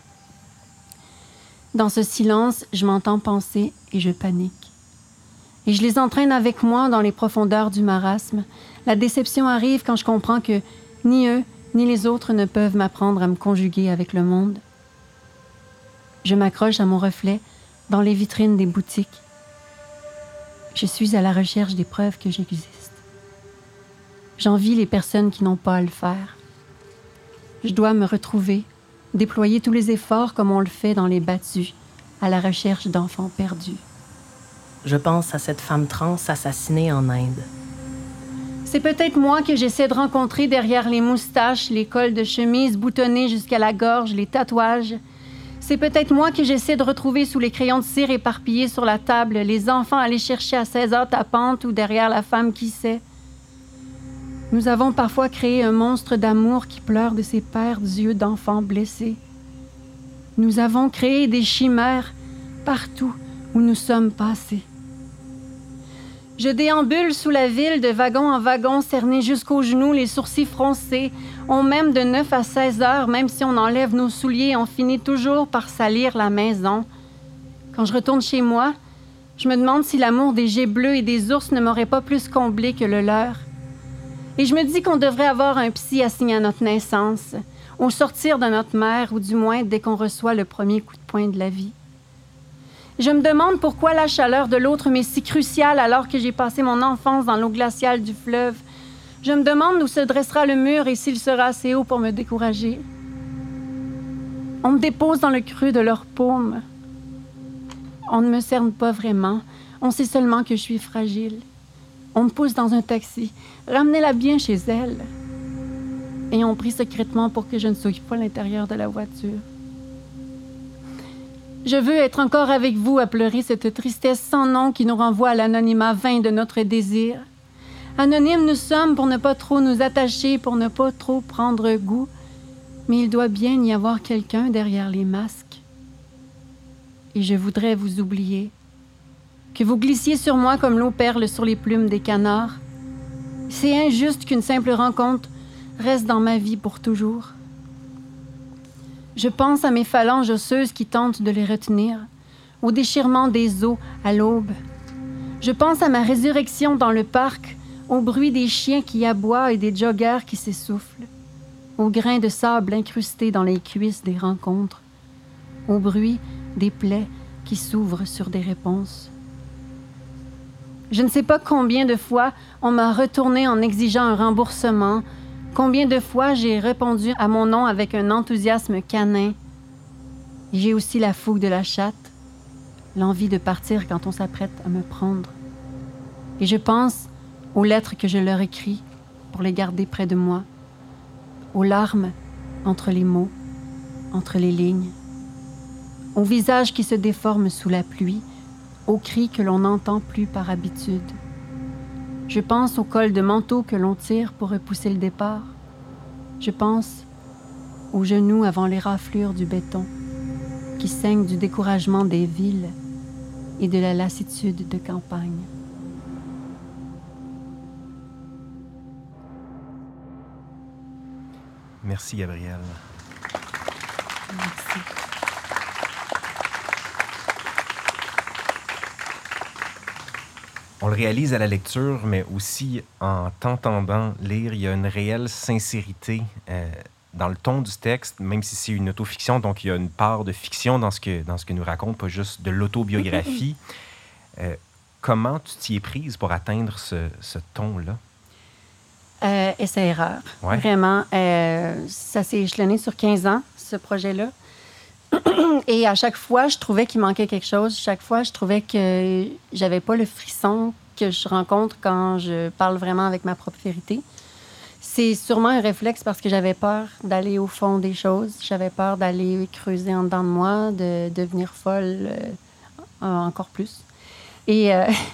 Dans ce silence, je m'entends penser et je panique. Et je les entraîne avec moi dans les profondeurs du marasme. La déception arrive quand je comprends que ni eux, ni les autres ne peuvent m'apprendre à me conjuguer avec le monde. Je m'accroche à mon reflet dans les vitrines des boutiques. Je suis à la recherche des preuves que j'existe. J'envie les personnes qui n'ont pas à le faire. Je dois me retrouver, déployer tous les efforts comme on le fait dans les battus, à la recherche d'enfants perdus. Je pense à cette femme trans assassinée en Inde. C'est peut-être moi que j'essaie de rencontrer derrière les moustaches, les cols de chemise boutonnés jusqu'à la gorge, les tatouages. C'est peut-être moi que j'essaie de retrouver sous les crayons de cire éparpillés sur la table, les enfants allés chercher à 16 heures tapantes ou derrière la femme qui sait. Nous avons parfois créé un monstre d'amour qui pleure de ses pères d'yeux d'enfants blessés. Nous avons créé des chimères partout où nous sommes passés. Je déambule sous la ville de wagon en wagon, cerné jusqu'aux genoux, les sourcils froncés. On m'aime de 9 à 16 heures, même si on enlève nos souliers, on finit toujours par salir la maison. Quand je retourne chez moi, je me demande si l'amour des geais bleus et des ours ne m'aurait pas plus comblé que le leur. Et je me dis qu'on devrait avoir un psy assigné à notre naissance, au sortir de notre mère, ou du moins dès qu'on reçoit le premier coup de poing de la vie. Je me demande pourquoi la chaleur de l'autre m'est si cruciale alors que j'ai passé mon enfance dans l'eau glaciale du fleuve. Je me demande où se dressera le mur et s'il sera assez haut pour me décourager. On me dépose dans le creux de leurs paumes. On ne me cerne pas vraiment. On sait seulement que je suis fragile. On me pousse dans un taxi. Ramenez-la bien chez elle. Et on prie secrètement pour que je ne sois pas à l'intérieur de la voiture. Je veux être encore avec vous à pleurer cette tristesse sans nom qui nous renvoie à l'anonymat vain de notre désir. Anonymes nous sommes pour ne pas trop nous attacher, pour ne pas trop prendre goût. Mais il doit bien y avoir quelqu'un derrière les masques. Et je voudrais vous oublier. Que vous glissiez sur moi comme l'eau perle sur les plumes des canards. C'est injuste qu'une simple rencontre reste dans ma vie pour toujours. Je pense à mes phalanges osseuses qui tentent de les retenir, au déchirement des os à l'aube. Je pense à ma résurrection dans le parc, au bruit des chiens qui aboient et des joggers qui s'essoufflent, au grain de sable incrusté dans les cuisses des rencontres, au bruit des plaies qui s'ouvrent sur des réponses. Je ne sais pas combien de fois on m'a retourné en exigeant un remboursement, combien de fois j'ai répondu à mon nom avec un enthousiasme canin. J'ai aussi la fougue de la chatte, l'envie de partir quand on s'apprête à me prendre. Et je pense aux lettres que je leur écris pour les garder près de moi, aux larmes entre les mots, entre les lignes, aux visages qui se déforment sous la pluie, aux cris que l'on n'entend plus par habitude. Je pense au col de manteau que l'on tire pour repousser le départ. Je pense aux genoux avant les raflures du béton qui saignent du découragement des villes et de la lassitude de campagne. Merci, Gabrielle. Merci. On le réalise à la lecture, mais aussi en t'entendant lire, il y a une réelle sincérité dans le ton du texte, même si c'est une autofiction, donc il y a une part de fiction dans ce que nous raconte, pas juste de l'autobiographie. Comment tu t'y es prise pour atteindre ce ton-là? Essai-erreur. Ouais. Vraiment. Ça s'est échelonné sur 15 ans, ce projet-là. Et à chaque fois, je trouvais qu'il manquait quelque chose. Chaque fois, je trouvais que j'avais pas le frisson que je rencontre quand je parle vraiment avec ma propre vérité. C'est sûrement un réflexe parce que j'avais peur d'aller au fond des choses. J'avais peur d'aller creuser en dedans de moi, de devenir folle encore plus. Et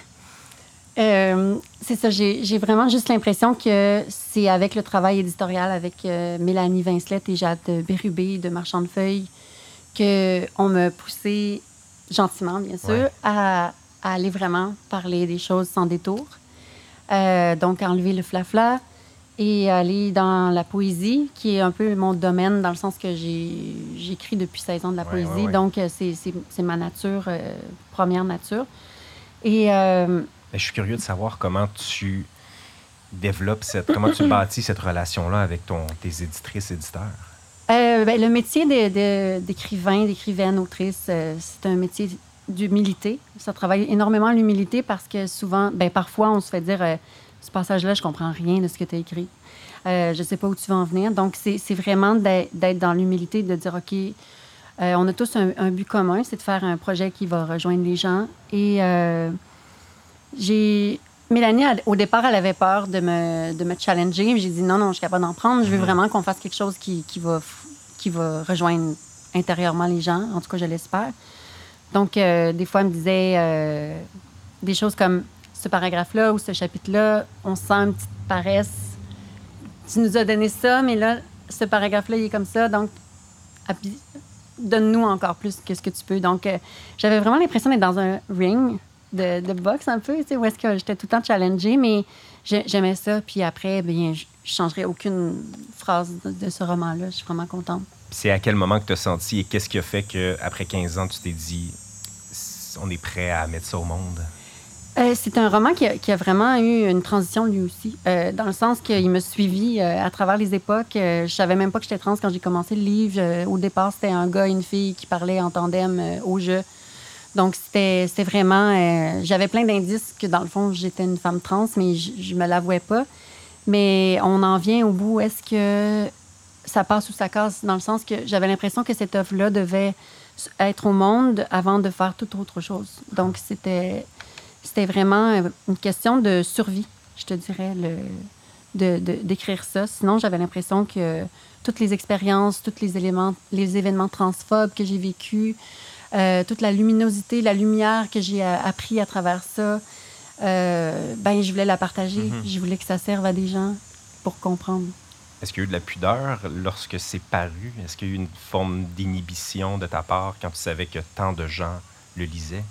c'est ça, j'ai vraiment juste l'impression que c'est avec le travail éditorial avec Mélanie Vincelette et Jade Bérubé de Marchand de Feuilles qu'on m'a poussé gentiment, bien sûr, à aller vraiment parler des choses sans détour. Donc, enlever le flafla et aller dans la poésie, qui est un peu mon domaine, dans le sens que j'écris depuis 16 ans de la poésie. Donc, c'est ma nature, première nature. Et... Je suis curieux de savoir comment tu développes comment tu bâtis cette relation-là avec tes éditrices, éditeurs. Le métier d'écrivain, d'écrivaine, autrice, c'est un métier d'humilité. Ça travaille énormément l'humilité parce que souvent, parfois, on se fait dire ce passage-là, je comprends rien de ce que tu as écrit. Je sais pas où tu vas en venir. Donc, c'est vraiment d'être dans l'humilité, de dire, OK, on a tous un but commun, c'est de faire un projet qui va rejoindre les gens. Et Mélanie, au départ, elle avait peur de me challenger. J'ai dit non, je suis capable d'en prendre. Je veux vraiment qu'on fasse quelque chose qui va rejoindre intérieurement les gens. En tout cas, je l'espère. Donc, des fois, elle me disait des choses comme ce paragraphe-là ou ce chapitre-là, on sent une petite paresse. Tu nous as donné ça, mais là, ce paragraphe-là, il est comme ça. Donc, donne-nous encore plus que ce que tu peux. Donc, j'avais vraiment l'impression d'être dans un ring de boxe un peu, tu sais, où est-ce que j'étais tout le temps challengée, mais j'aimais ça. Puis après, bien, je changerais aucune phrase de ce roman-là. Je suis vraiment contente. C'est à quel moment que tu as senti et qu'est-ce qui a fait qu'après 15 ans, tu t'es dit on est prêt à mettre ça au monde? C'est un roman qui a vraiment eu une transition lui aussi, dans le sens qu'il m'a suivi à travers les époques. Je savais même pas que j'étais trans quand j'ai commencé le livre. Au départ, c'était un gars et une fille qui parlaient en tandem au jeu. Donc, c'était vraiment... j'avais plein d'indices que, dans le fond, j'étais une femme trans, mais je me l'avouais pas. Mais on en vient au bout. Est-ce que ça passe ou ça casse? Dans le sens que j'avais l'impression que cette œuvre-là devait être au monde avant de faire toute autre chose. Donc, c'était vraiment une question de survie, je te dirais, d'écrire ça. Sinon, j'avais l'impression que toutes les expériences, tous les événements transphobes que j'ai vécus, toute la luminosité, la lumière que j'ai appris à travers ça, je voulais la partager. Je voulais que ça serve à des gens pour comprendre. Est-ce qu'il y a eu de la pudeur lorsque c'est paru? Est-ce qu'il y a eu une forme d'inhibition de ta part quand tu savais que tant de gens le lisaient?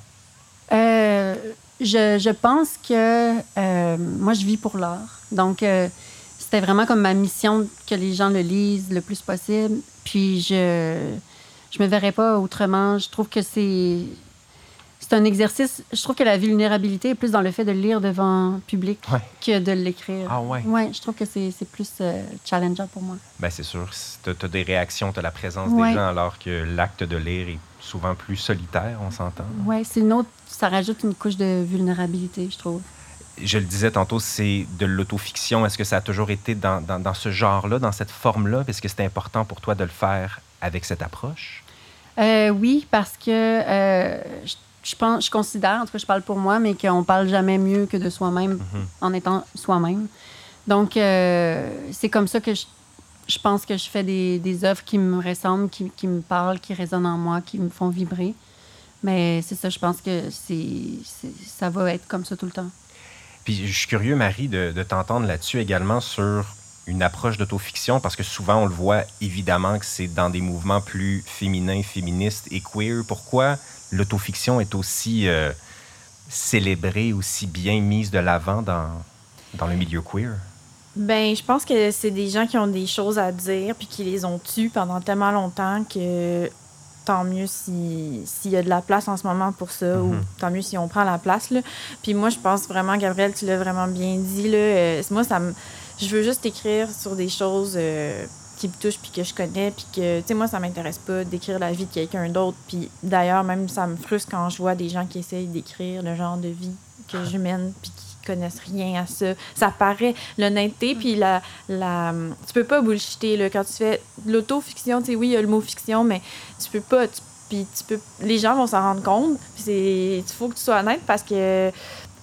Je pense que moi, je vis pour l'art. Donc, c'était vraiment comme ma mission que les gens le lisent le plus possible. Puis, je me verrais pas autrement. Je trouve que c'est un exercice. Je trouve que la vulnérabilité est plus dans le fait de le lire devant public que de l'écrire. Ah ouais? Oui, je trouve que c'est plus challengeant pour moi. Bien, c'est sûr. Tu as des réactions, tu as la présence des gens, alors que l'acte de lire est souvent plus solitaire, on s'entend. Oui, ça rajoute une couche de vulnérabilité, je trouve. Je le disais tantôt, c'est de l'autofiction. Est-ce que ça a toujours été dans ce genre-là, dans cette forme-là? Est-ce que c'était important pour toi de le faire avec cette approche? Oui, parce que je considère, en tout cas, je parle pour moi, mais qu'on parle jamais mieux que de soi-même en étant soi-même. Donc, c'est comme ça que je pense que je fais des œuvres qui me ressemblent, qui me parlent, qui résonnent en moi, qui me font vibrer. Mais c'est ça, je pense que ça va être comme ça tout le temps. Puis je suis curieux, Marie, de t'entendre là-dessus également sur une approche d'autofiction, parce que souvent, on le voit évidemment que c'est dans des mouvements plus féminins, féministes et queer. Pourquoi l'autofiction est aussi célébrée, aussi bien mise de l'avant dans le milieu queer? Ben, je pense que c'est des gens qui ont des choses à dire puis qui les ont tues pendant tellement longtemps que tant mieux s'il y a de la place en ce moment pour ça ou tant mieux si on prend la place, là. Puis moi, je pense vraiment, Gabrielle, tu l'as vraiment bien dit, là. Moi, je veux juste écrire sur des choses qui me touchent puis que je connais puis que, tu sais, moi, ça m'intéresse pas d'écrire la vie de quelqu'un d'autre. Puis d'ailleurs, même, ça me frustre quand je vois des gens qui essayent d'écrire le genre de vie que je mène puis qui connaissent rien à ça. Ça paraît, l'honnêteté, puis tu peux pas bullshiter, là, quand tu fais l'autofiction, tu sais, oui, il y a le mot fiction, mais tu peux pas, les gens vont s'en rendre compte, puis il faut que tu sois honnête parce que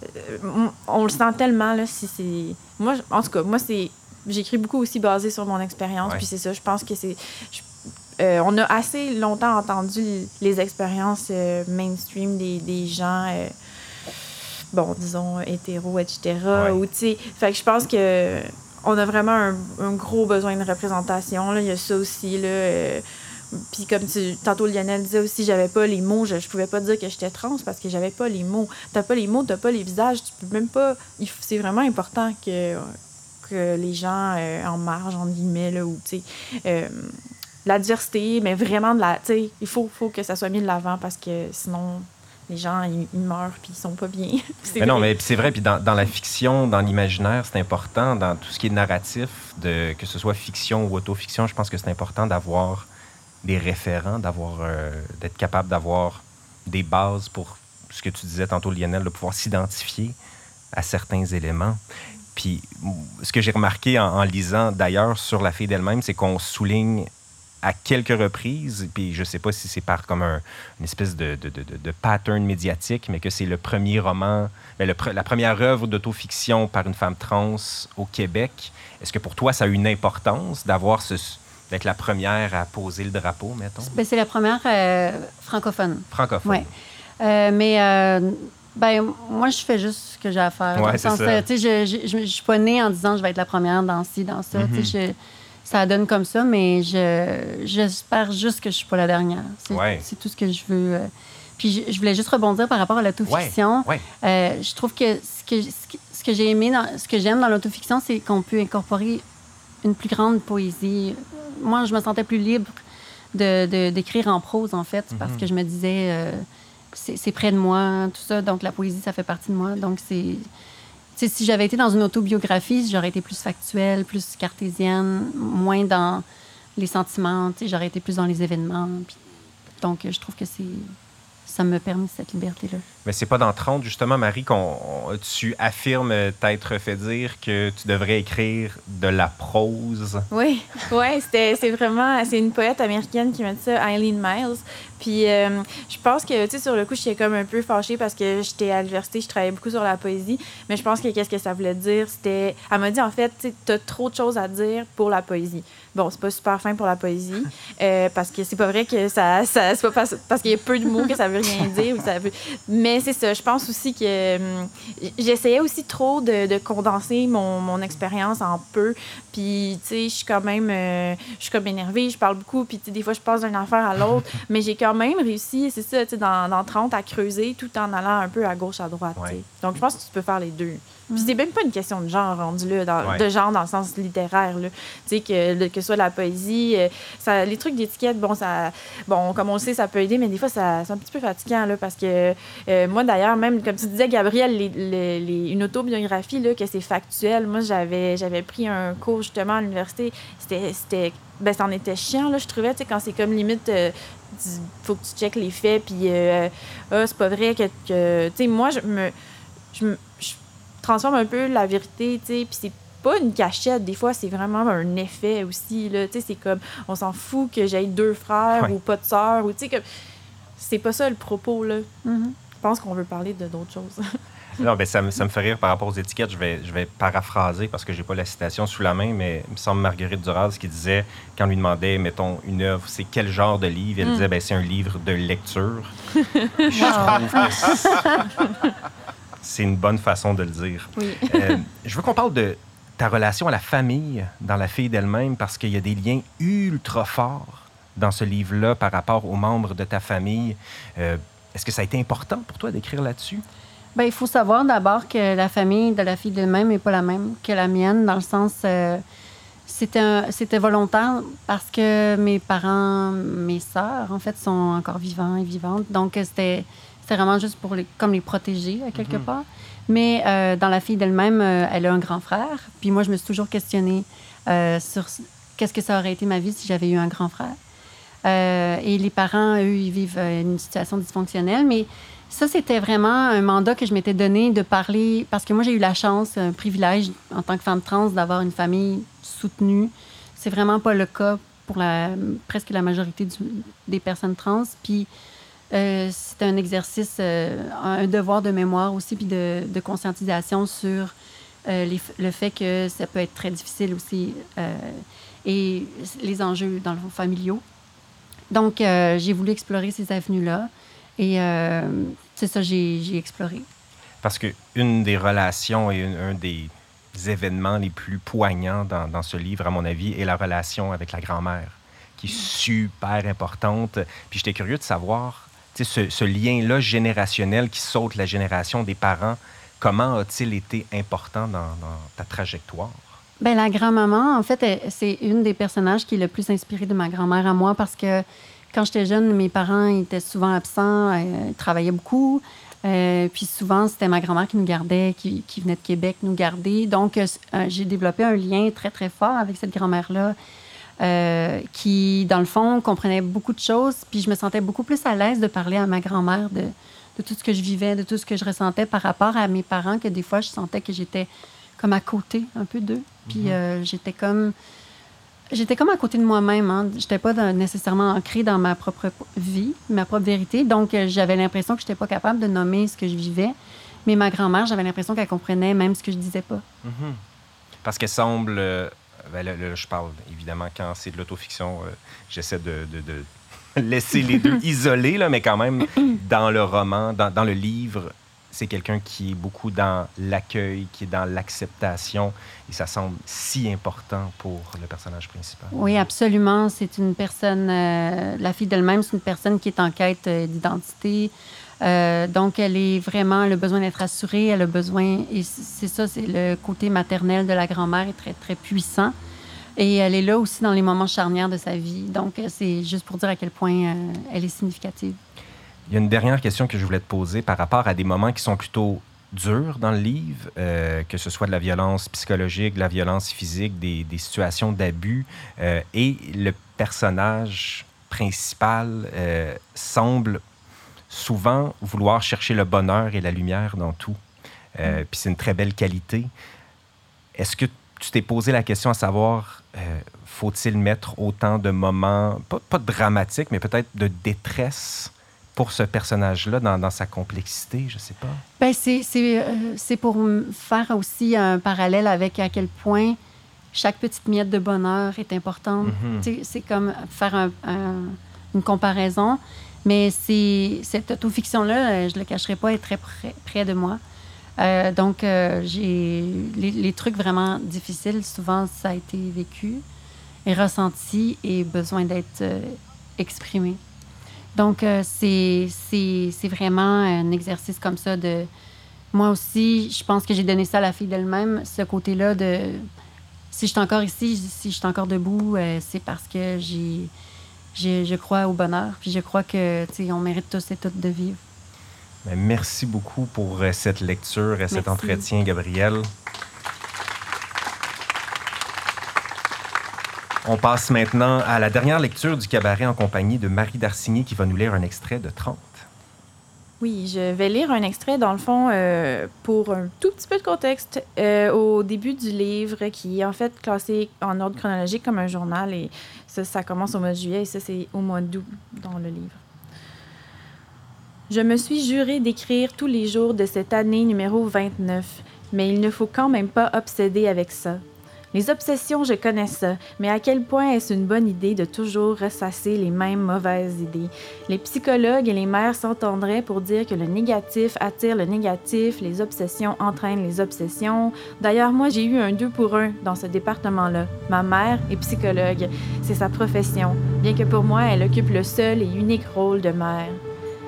on le sent tellement, là, si c'est... Moi, en tout cas, j'écris beaucoup aussi basé sur mon expérience, puis c'est ça, je pense que c'est... on a assez longtemps entendu les expériences mainstream des gens... bon, disons, hétéro, etc. Ou, tu sais, fait que je pense que on a vraiment un gros besoin de représentation, là. Il y a ça aussi, là. Puis comme tantôt Lionel disait aussi, j'avais pas les mots, je pouvais pas dire que j'étais trans parce que j'avais pas les mots. T'as pas les mots, t'as pas les visages, tu peux même pas... C'est vraiment important que les gens en marge, entre guillemets, là, ou, tu sais... la diversité, mais vraiment tu sais, il faut que ça soit mis de l'avant parce que sinon... Les gens, ils meurent puis ils sont pas bien. Mais non, mais c'est vrai. Puis dans la fiction, dans l'imaginaire, c'est important. Dans tout ce qui est narratif, que ce soit fiction ou autofiction, je pense que c'est important d'avoir des référents, d'être capable d'avoir des bases pour ce que tu disais tantôt, Lionel, de pouvoir s'identifier à certains éléments. Puis ce que j'ai remarqué en lisant, d'ailleurs, sur La fille d'elle-même, c'est qu'on souligne à quelques reprises, puis je sais pas si c'est par comme une espèce de pattern médiatique, mais que c'est le premier roman, la première œuvre d'autofiction par une femme trans au Québec. Est-ce que pour toi, ça a une importance d'être la première à poser le drapeau, mettons? Ben, c'est la première francophone. Francophone. Oui. Mais moi, je fais juste ce que j'ai à faire. Ouais, c'est ça. Je suis pas née en disant je vais être la première dans ci, dans ça. Ça donne comme ça, mais j'espère juste que je suis pas la dernière. C'est tout ce que je veux. Puis je voulais juste rebondir par rapport à l'autofiction. Je trouve que ce que j'ai aimé, ce que j'aime dans l'autofiction, c'est qu'on peut incorporer une plus grande poésie. Moi, je me sentais plus libre d'écrire en prose, en fait, parce que je me disais, c'est près de moi, tout ça. Donc, la poésie, ça fait partie de moi. Donc, si j'avais été dans une autobiographie, j'aurais été plus factuelle, plus cartésienne, moins dans les sentiments. J'aurais été plus dans les événements. Donc, je trouve que ça me permet cette liberté-là. Mais c'est pas dans 30, justement, Marie, tu affirmes t'être fait dire que tu devrais écrire de la prose. Oui, c'est une poète américaine qui m'a dit ça, Eileen Miles. Puis je pense que, tu sais, sur le coup, j'étais comme un peu fâchée parce que j'étais à l'université, je travaillais beaucoup sur la poésie. Mais je pense que qu'est-ce que ça voulait dire, c'était... Elle m'a dit, en fait, tu sais, t'as trop de choses à dire pour la poésie. Bon, c'est pas super fin pour la poésie, parce que c'est pas vrai que c'est pas parce qu'il y a peu de mots que ça veut rien dire. Mais c'est ça, je pense aussi que j'essayais aussi trop de condenser mon expérience en peu. Puis, tu sais, je suis comme énervée, je parle beaucoup, puis des fois, je passe d'une affaire à l'autre. Mais j'ai quand même réussi, c'est ça, tu sais, dans 30, à creuser tout en allant un peu à gauche, à droite. Ouais. Donc, je pense que tu peux faire les deux. Puis c'est même pas une question de genre rendu là, de genre dans le sens littéraire, là. Tu sais, que ce soit la poésie, les trucs d'étiquette, bon, comme on le sait, ça peut aider, mais des fois, c'est un petit peu fatigant, là, parce que moi, d'ailleurs, même, comme tu disais, Gabrielle, une autobiographie, là, que c'est factuel. Moi, j'avais pris un cours, justement, à l'université. Ça en était chiant, là, je trouvais, tu sais, quand c'est comme limite... faut que tu checkes les faits, puis c'est pas vrai que tu sais, moi, je transforme un peu la vérité, tu sais, puis c'est pas une cachette, des fois, c'est vraiment un effet aussi, là, tu sais, c'est comme, on s'en fout que j'aie 2 frères ou pas de sœurs, ou tu sais, comme, c'est pas ça le propos, là. Je pense qu'on veut parler d'autres choses. Non, ben ça me fait rire par rapport aux étiquettes. Je vais paraphraser parce que j'ai pas la citation sous la main, mais il me semble Marguerite Duras qui disait, quand on lui demandait, mettons, une œuvre, c'est quel genre de livre? Elle disait, c'est un livre de lecture. Je trouve que c'est une bonne façon de le dire. Oui. Je veux qu'on parle de ta relation à la famille dans La fille d'elle-même parce qu'il y a des liens ultra forts dans ce livre-là par rapport aux membres de ta famille. Est-ce que ça a été important pour toi d'écrire là-dessus? Bien, il faut savoir d'abord que la famille de la fille d'elle-même n'est pas la même que la mienne, dans le sens... C'était volontaire parce que mes parents, mes sœurs, en fait, sont encore vivants et vivantes. Donc, c'était vraiment juste pour comme les protéger, à quelque part. Mais dans la fille d'elle-même, elle a un grand frère. Puis moi, je me suis toujours questionnée sur qu'est-ce que ça aurait été ma vie si j'avais eu un grand frère. Et les parents, eux, ils vivent une situation dysfonctionnelle. Mais ça, c'était vraiment un mandat que je m'étais donné de parler... Parce que moi, j'ai eu la chance, un privilège, en tant que femme trans, d'avoir une famille soutenue. C'est vraiment pas le cas pour presque la majorité des personnes trans. Puis c'est un exercice, un devoir de mémoire aussi, puis de conscientisation sur le fait que ça peut être très difficile aussi et les enjeux, dans le fond, familiaux. Donc, j'ai voulu explorer ces avenues-là et c'est ça, j'ai exploré. Parce qu'une des relations et un des événements les plus poignants dans ce livre, à mon avis, est la relation avec la grand-mère, qui est super importante. Puis j'étais curieux de savoir, ce lien-là générationnel qui saute la génération des parents, comment a-t-il été important dans ta trajectoire? Bien, la grand-maman, en fait, c'est une des personnages qui est le plus inspiré de ma grand-mère à moi parce que quand j'étais jeune, mes parents étaient souvent absents, ils travaillaient beaucoup. Puis souvent, c'était ma grand-mère qui nous gardait, qui venait de Québec nous garder. Donc, j'ai développé un lien très, très fort avec cette grand-mère-là qui, dans le fond, comprenait beaucoup de choses. Puis je me sentais beaucoup plus à l'aise de parler à ma grand-mère de tout ce que je vivais, de tout ce que je ressentais par rapport à mes parents, que des fois, je sentais que j'étais comme à côté un peu d'eux. Puis j'étais comme à côté de moi-même. Hein. Je n'étais pas nécessairement ancrée dans ma propre vie, ma propre vérité. Donc, j'avais l'impression que je n'étais pas capable de nommer ce que je vivais. Mais ma grand-mère, j'avais l'impression qu'elle comprenait même ce que je disais pas. Mm-hmm. Parce qu'elle semble... là, je parle, évidemment, quand c'est de l'autofiction, j'essaie de laisser les deux isolés, là, mais quand même, dans le roman, dans le livre, c'est quelqu'un qui est beaucoup dans l'accueil, qui est dans l'acceptation, et ça semble si important pour le personnage principal. Oui, absolument. C'est une personne, la fille d'elle-même, c'est une personne qui est en quête d'identité. Donc, elle a besoin d'être assurée, elle a besoin, et c'est ça, c'est le côté maternel de la grand-mère est très, très puissant. Et elle est là aussi dans les moments charnières de sa vie. Donc, c'est juste pour dire à quel point elle est significative. Il y a une dernière question que je voulais te poser par rapport à des moments qui sont plutôt durs dans le livre, que ce soit de la violence psychologique, de la violence physique, des situations d'abus. Et le personnage principal semble souvent vouloir chercher le bonheur et la lumière dans tout. Puis c'est une très belle qualité. Est-ce que tu t'es posé la question à savoir, faut-il mettre autant de moments, pas dramatiques, mais peut-être de détresse pour ce personnage-là dans sa complexité, je sais pas? Bien, c'est pour faire aussi un parallèle avec à quel point chaque petite miette de bonheur est importante. Mm-hmm. C'est comme faire une comparaison. Mais cette autofiction-là, je ne le cacherai pas, est très près de moi. Donc, j'ai les trucs vraiment difficiles, souvent, ça a été vécu et ressenti et besoin d'être exprimé. Donc, c'est vraiment un exercice comme ça de... Moi aussi, je pense que j'ai donné ça à la fille d'elle-même, ce côté-là de... Si je suis encore ici, si je suis encore debout, c'est parce que je crois au bonheur. Puis je crois que, on mérite tous et toutes de vivre. Bien, merci beaucoup pour cette lecture et cet entretien, Gabrielle. On passe maintenant à la dernière lecture du cabaret en compagnie de Marie Darcigny qui va nous lire un extrait de 30. Oui, je vais lire un extrait, dans le fond, pour un tout petit peu de contexte, au début du livre, qui est en fait classé en ordre chronologique comme un journal. Et ça commence au mois de juillet et ça, c'est au mois d'août dans le livre. Je me suis juré d'écrire tous les jours de cette année numéro 29, mais il ne faut quand même pas obséder avec ça. Les obsessions, je connais ça, mais à quel point est-ce une bonne idée de toujours ressasser les mêmes mauvaises idées? Les psychologues et les mères s'entendraient pour dire que le négatif attire le négatif, les obsessions entraînent les obsessions. D'ailleurs, moi, j'ai eu un 2 pour 1 dans ce département-là. Ma mère est psychologue, c'est sa profession, bien que pour moi, elle occupe le seul et unique rôle de mère.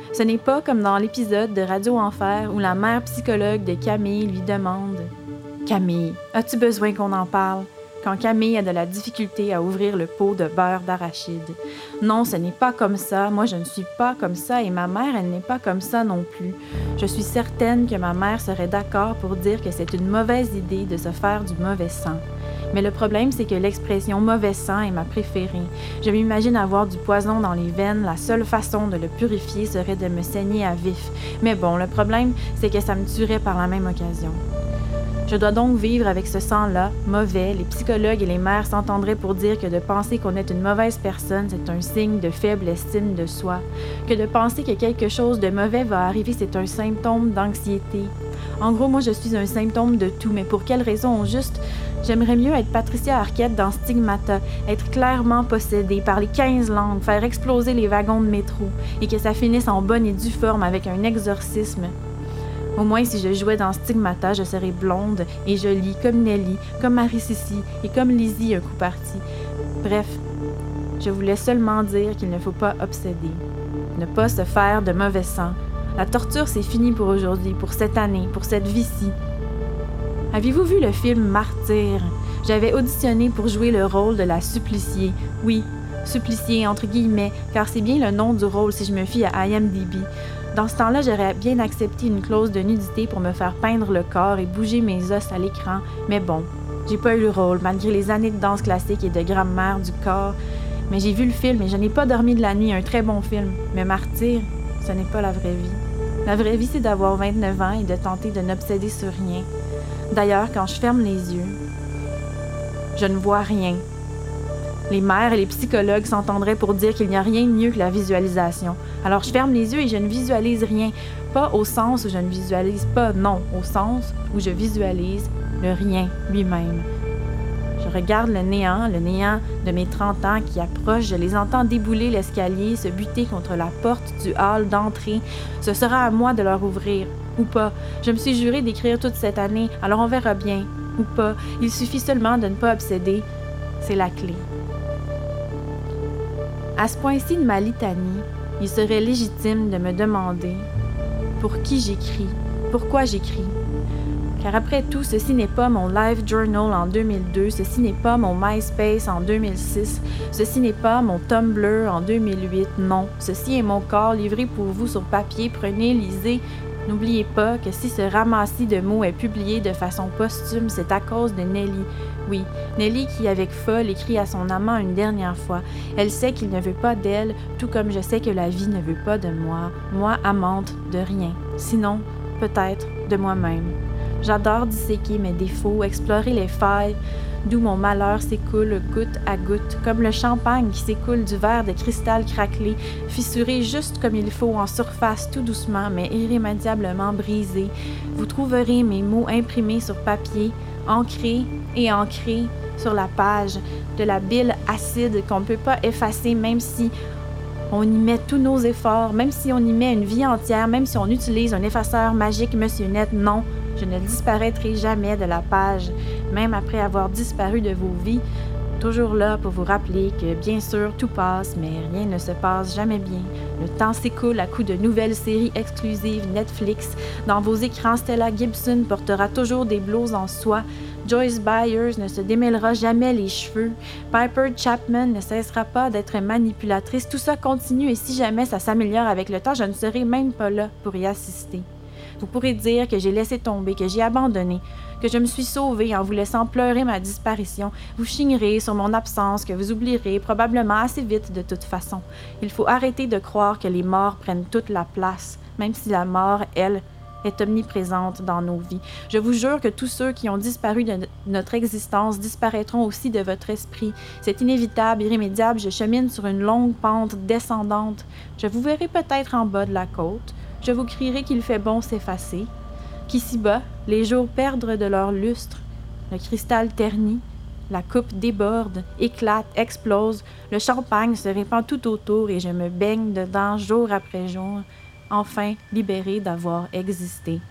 Ce n'est pas comme dans l'épisode de Radio Enfer où la mère psychologue de Camille lui demande « Camille, as-tu besoin qu'on en parle? » quand Camille a de la difficulté à ouvrir le pot de beurre d'arachide. Non, ce n'est pas comme ça. Moi, je ne suis pas comme ça et ma mère, elle n'est pas comme ça non plus. Je suis certaine que ma mère serait d'accord pour dire que c'est une mauvaise idée de se faire du mauvais sang. Mais le problème, c'est que l'expression « mauvais sang » est ma préférée. Je m'imagine avoir du poison dans les veines. La seule façon de le purifier serait de me saigner à vif. Mais bon, le problème, c'est que ça me tuerait par la même occasion. Je dois donc vivre avec ce sang-là, mauvais. Les psychologues et les mères s'entendraient pour dire que de penser qu'on est une mauvaise personne, c'est un signe de faible estime de soi. Que de penser que quelque chose de mauvais va arriver, c'est un symptôme d'anxiété. En gros, moi, je suis un symptôme de tout, mais pour quelle raison? Juste, j'aimerais mieux être Patricia Arquette dans Stigmata, être clairement possédée, parler 15 langues, faire exploser les wagons de métro, et que ça finisse en bonne et due forme avec un exorcisme. Au moins, si je jouais dans Stigmata, je serais blonde et jolie, comme Nelly, comme Marie-Sissi et comme Lizzie un coup parti. Bref, je voulais seulement dire qu'il ne faut pas obséder. Ne pas se faire de mauvais sang. La torture, c'est fini pour aujourd'hui, pour cette année, pour cette vie-ci. Avez-vous vu le film Martyr? J'avais auditionné pour jouer le rôle de la suppliciée. Oui, suppliciée entre guillemets, car c'est bien le nom du rôle si je me fie à IMDb. Dans ce temps-là, j'aurais bien accepté une clause de nudité pour me faire peindre le corps et bouger mes os à l'écran, mais bon, j'ai pas eu le rôle, malgré les années de danse classique et de grammaire du corps. Mais j'ai vu le film et je n'ai pas dormi de la nuit, un très bon film. Mais Martyr, ce n'est pas la vraie vie. La vraie vie, c'est d'avoir 29 ans et de tenter de n'obséder sur rien. D'ailleurs, quand je ferme les yeux, je ne vois rien. Les mères et les psychologues s'entendraient pour dire qu'il n'y a rien de mieux que la visualisation. Alors je ferme les yeux et je ne visualise rien. Pas au sens où je ne visualise pas, non, au sens où je visualise le rien lui-même. Je regarde le néant de mes 30 ans qui approche. Je les entends débouler l'escalier, se buter contre la porte du hall d'entrée. Ce sera à moi de leur ouvrir, ou pas. Je me suis jurée d'écrire toute cette année, alors on verra bien, ou pas. Il suffit seulement de ne pas obséder. C'est la clé. À ce point-ci de ma litanie, il serait légitime de me demander pour qui j'écris, pourquoi j'écris. Car après tout, ceci n'est pas mon Live Journal en 2002, ceci n'est pas mon MySpace en 2006, ceci n'est pas mon Tumblr en 2008, non. Ceci est mon corps livré pour vous sur papier, prenez, lisez. N'oubliez pas que si ce ramassis de mots est publié de façon posthume, c'est à cause de Nelly. Oui, Nelly qui, avec folle, écrit à son amant une dernière fois. Elle sait qu'il ne veut pas d'elle, tout comme je sais que la vie ne veut pas de moi amante de rien. Sinon, peut-être de moi-même. J'adore disséquer mes défauts, explorer les failles, d'où mon malheur s'écoule goutte à goutte, comme le champagne qui s'écoule du verre de cristal craquelé, fissuré juste comme il faut en surface tout doucement, mais irrémédiablement brisé. Vous trouverez mes mots imprimés sur papier, ancrés et ancrés sur la page, de la bile acide qu'on ne peut pas effacer même si on y met tous nos efforts, même si on y met une vie entière, même si on utilise un effaceur magique, Monsieur Net, non. Je ne disparaîtrai jamais de la page, même après avoir disparu de vos vies, toujours là pour vous rappeler que, bien sûr, tout passe, mais rien ne se passe jamais bien. Le temps s'écoule à coups de nouvelles séries exclusives Netflix. Dans vos écrans, Stella Gibson portera toujours des blouses en soie. Joyce Byers ne se démêlera jamais les cheveux. Piper Chapman ne cessera pas d'être manipulatrice. Tout ça continue et si jamais ça s'améliore avec le temps, je ne serai même pas là pour y assister. Vous pourrez dire que j'ai laissé tomber, que j'ai abandonné, que je me suis sauvée en vous laissant pleurer ma disparition. Vous chignerez sur mon absence, que vous oublierez probablement assez vite de toute façon. Il faut arrêter de croire que les morts prennent toute la place, même si la mort, elle, est omniprésente dans nos vies. Je vous jure que tous ceux qui ont disparu de notre existence disparaîtront aussi de votre esprit. C'est inévitable, irrémédiable, je chemine sur une longue pente descendante. Je vous verrai peut-être en bas de la côte. Je vous crierai qu'il fait bon s'effacer, qu'ici-bas, les jours perdent de leur lustre, le cristal ternit, la coupe déborde, éclate, explose, le champagne se répand tout autour et je me baigne dedans jour après jour, enfin libérée d'avoir existé.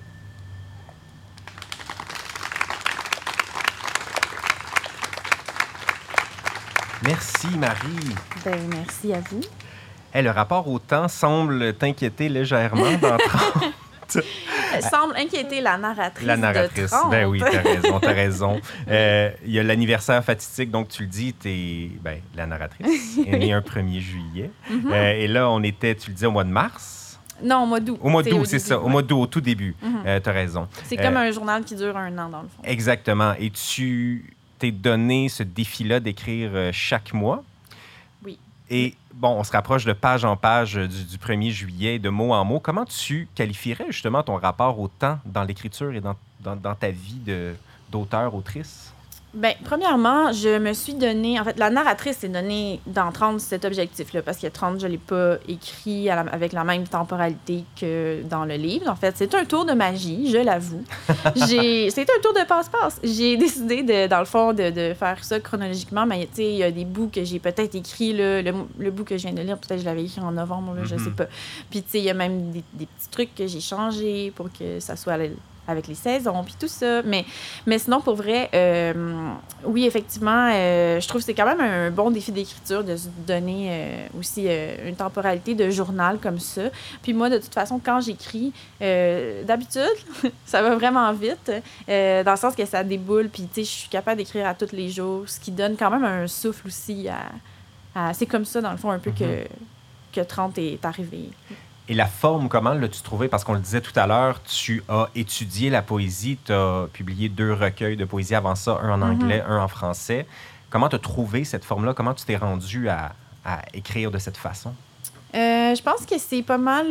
Merci, Marie. Ben, merci à vous. Hey, le rapport au temps semble t'inquiéter légèrement dans 30. Elle semble inquiéter la narratrice. La narratrice, de 30. ben oui, t'as raison. Il y a l'anniversaire fatidique, donc tu le dis, la narratrice est née un 1er juillet. Et là, tu le dis, au mois de mars. Non, au mois d'août. Au mois d'août, c'est ça. Au mois d'août, au tout début. T'as raison. C'est comme un journal qui dure 1 an, dans le fond. Exactement. Et tu t'es donné ce défi-là d'écrire chaque mois. Oui. Et bon, on se rapproche de page en page du 1er juillet, de mot en mot. Comment tu qualifierais justement ton rapport au temps dans l'écriture et dans ta vie d'auteur, autrice? Bien, premièrement, je me suis donné... En fait, la narratrice s'est donnée dans 30 cet objectif-là, parce que 30, je ne l'ai pas écrit avec la même temporalité que dans le livre. En fait, c'est un tour de magie, je l'avoue. C'est un tour de passe-passe. J'ai décidé, dans le fond, de faire ça chronologiquement, mais tu sais, il y a des bouts que j'ai peut-être écrits, là, le bout que je viens de lire, peut-être je l'avais écrit en novembre, là, je sais pas. Puis, tu sais, il y a même des petits trucs que j'ai changés pour que ça soit... avec les saisons, puis tout ça. Mais sinon, pour vrai, oui, effectivement, je trouve que c'est quand même un bon défi d'écriture de se donner aussi une temporalité de journal comme ça. Puis moi, de toute façon, quand j'écris, d'habitude, ça va vraiment vite, dans le sens que ça déboule, puis tu sais, je suis capable d'écrire à tous les jours, ce qui donne quand même un souffle aussi à c'est comme ça, dans le fond, un peu que 30 est arrivé. Et la forme, comment l'as-tu trouvée? Parce qu'on le disait tout à l'heure, tu as étudié la poésie, tu as publié 2 recueils de poésie avant ça, un en anglais, un en français. Comment tu as trouvé cette forme-là? Comment tu t'es rendu à écrire de cette façon? Je pense que c'est pas mal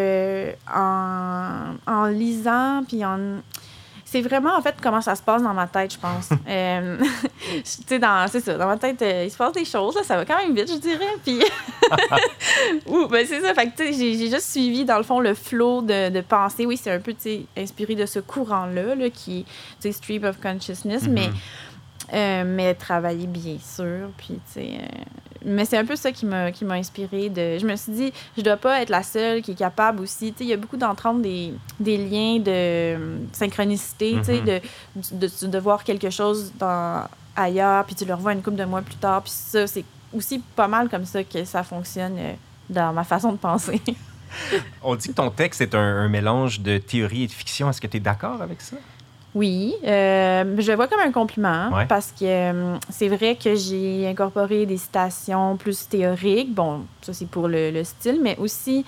en lisant, puis c'est vraiment, en fait, comment ça se passe dans ma tête, je pense. Tu sais, c'est ça, dans ma tête, il se passe des choses, là, ça va quand même vite, je dirais, puis... ben c'est ça, fait que, tu sais, j'ai juste suivi, dans le fond, le flow de pensée. Oui, c'est un peu, tu sais, inspiré de ce courant-là, là, qui est, tu sais, Stream of Consciousness, mais travaillé, bien sûr, puis, tu sais... mais c'est un peu ça qui m'a inspirée. Je me suis dit, je dois pas être la seule qui est capable aussi. Tu sais, il y a beaucoup d'entendre des liens de synchronicité, tu sais, de voir quelque chose ailleurs, puis tu le revois une couple de mois plus tard. Puis ça, c'est aussi pas mal comme ça que ça fonctionne dans ma façon de penser. On dit que ton texte est un mélange de théorie et de fiction. Est-ce que tu es d'accord avec ça? Oui, je le vois comme un compliment parce que c'est vrai que j'ai incorporé des citations plus théoriques. Bon, ça, c'est pour le style, mais aussi,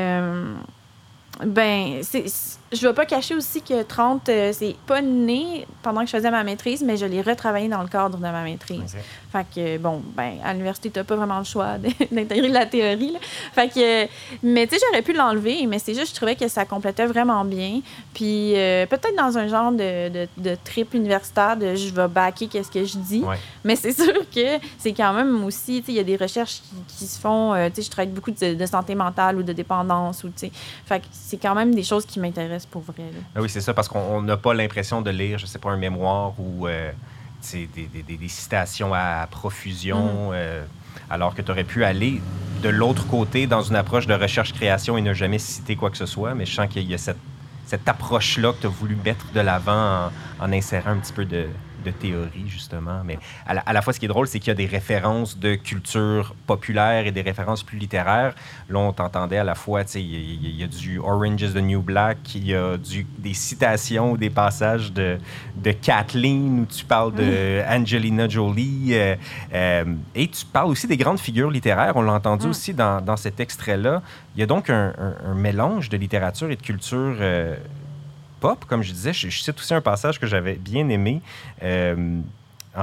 je ne vais pas cacher aussi que 30, c'est pas né pendant que je faisais ma maîtrise, mais je l'ai retravaillé dans le cadre de ma maîtrise. Okay. Fait que, bon, à l'université, tu n'as pas vraiment le choix d'intégrer la théorie, là. Fait que, mais tu sais, j'aurais pu l'enlever, mais c'est juste, je trouvais que ça complétait vraiment bien. Puis peut-être dans un genre de trip universitaire, je vais backer qu'est-ce que je dis, mais c'est sûr que c'est quand même aussi, tu sais, il y a des recherches qui se font, tu sais, je travaille beaucoup de santé mentale ou de dépendance, ou tu sais, fait que c'est quand même des choses qui m'intéressent pour vrai. Ah oui, c'est ça, parce qu'on n'a pas l'impression de lire, je sais pas, un mémoire ou des citations à profusion, alors que tu aurais pu aller de l'autre côté dans une approche de recherche-création et ne jamais citer quoi que ce soit, mais je sens qu'il y a cette approche-là que tu as voulu mettre de l'avant en insérant un petit peu de théorie, justement. Mais à la fois, ce qui est drôle, c'est qu'il y a des références de culture populaire et des références plus littéraires. Là, on t'entendait à la fois, tu sais, il y a du Orange is the New Black, il y a des citations ou des passages de Kathleen où tu parles de Angelina Jolie. Et tu parles aussi des grandes figures littéraires. On l'a entendu aussi dans cet extrait-là. Il y a donc un mélange de littérature et de culture pop, comme je disais. Je cite aussi un passage que j'avais bien aimé. On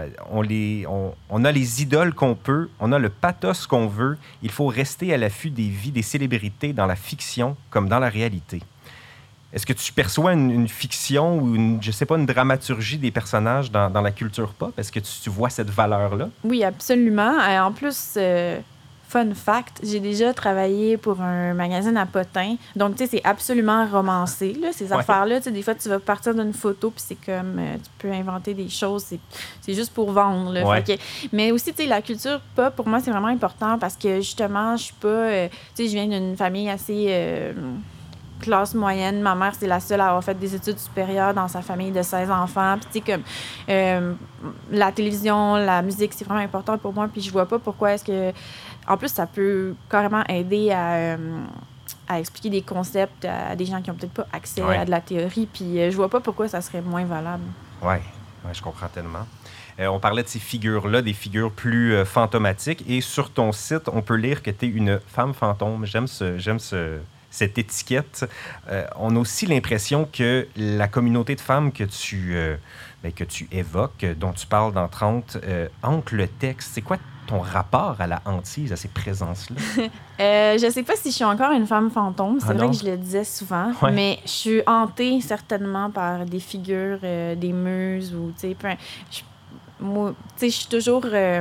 a les idoles qu'on peut, on a le pathos qu'on veut. Il faut rester à l'affût des vies des célébrités dans la fiction comme dans la réalité. Est-ce que tu perçois une fiction ou une dramaturgie des personnages dans la culture pop? Est-ce que tu vois cette valeur-là? Oui, absolument. En plus... Fun fact, j'ai déjà travaillé pour un magazine à potins. Donc, tu sais, c'est absolument romancé, là, ces affaires-là. Tu sais, des fois, tu vas partir d'une photo, puis c'est comme... tu peux inventer des choses. C'est juste pour vendre, là. Fait que, mais aussi, tu sais, la culture pop, pour moi, c'est vraiment important parce que, justement, je suis pas... tu sais, je viens d'une famille assez... classe moyenne. Ma mère, c'est la seule à avoir fait des études supérieures dans sa famille de 16 enfants. Puis, tu sais, comme la télévision, la musique, c'est vraiment important pour moi. Puis, je vois pas pourquoi est-ce que... En plus, ça peut carrément aider à expliquer des concepts à des gens qui ont peut-être pas accès à de la théorie. Puis, je vois pas pourquoi ça serait moins valable. Ouais, je comprends tellement. On parlait de ces figures-là, des figures plus fantomatiques. Et sur ton site, on peut lire que tu es une femme fantôme. J'aime cette étiquette. On a aussi l'impression que la communauté de femmes que tu évoques, dont tu parles dans 30, hante le texte. C'est quoi ton rapport à la hantise, à ces présences-là? Je sais pas si je suis encore une femme fantôme. C'est vrai que je le disais souvent. Ouais. Mais je suis hantée certainement par des figures, des muses ou, tu sais, moi, tu sais, je suis toujours...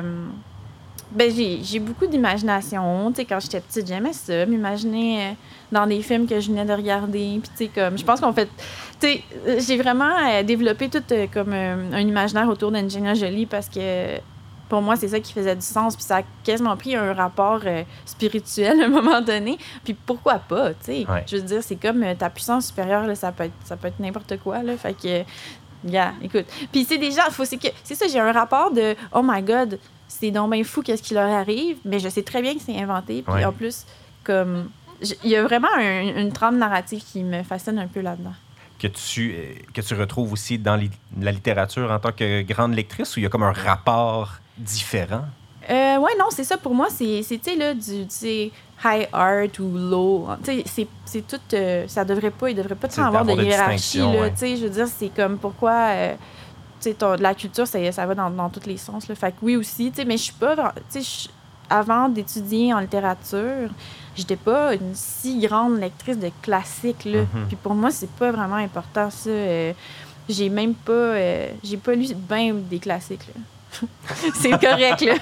j'ai beaucoup d'imagination. Tu sais, quand j'étais petite, j'aimais ça, m'imaginer dans des films que je venais de regarder. Puis, tu sais, comme... Je pense qu'on fait... Tu sais, j'ai vraiment développé tout comme un imaginaire autour d'Angelina Jolie parce que... Pour moi, c'est ça qui faisait du sens. Puis ça a quasiment pris un rapport spirituel à un moment donné. Puis pourquoi pas, tu sais? Ouais. Je veux dire, c'est comme ta puissance supérieure, là, ça peut être n'importe quoi, là. Fait que, écoute. Puis c'est déjà, c'est ça, j'ai un rapport de « Oh my God, c'est donc bien fou qu'est-ce qui leur arrive. » Mais je sais très bien que c'est inventé. Puis en plus, comme... Il y a vraiment une trame narrative qui me fascine un peu là-dedans. Que tu retrouves aussi dans la littérature en tant que grande lectrice, ou il y a comme un rapport différent? Oui, non, c'est ça. Pour moi, c'est tu sais, là, du high art ou low. Tu sais, c'est tout... il devrait pas avoir de hiérarchie, là. Tu sais, je veux dire, c'est comme pourquoi... tu sais, la culture, ça va dans tous les sens, là. Fait que oui, aussi, tu sais, mais je suis pas... Tu sais, avant d'étudier en littérature, j'étais pas une si grande lectrice de classiques, là. Mm-hmm. Puis pour moi, c'est pas vraiment important, ça. J'ai même pas... j'ai pas lu bien des classiques, là. C'est correct, là.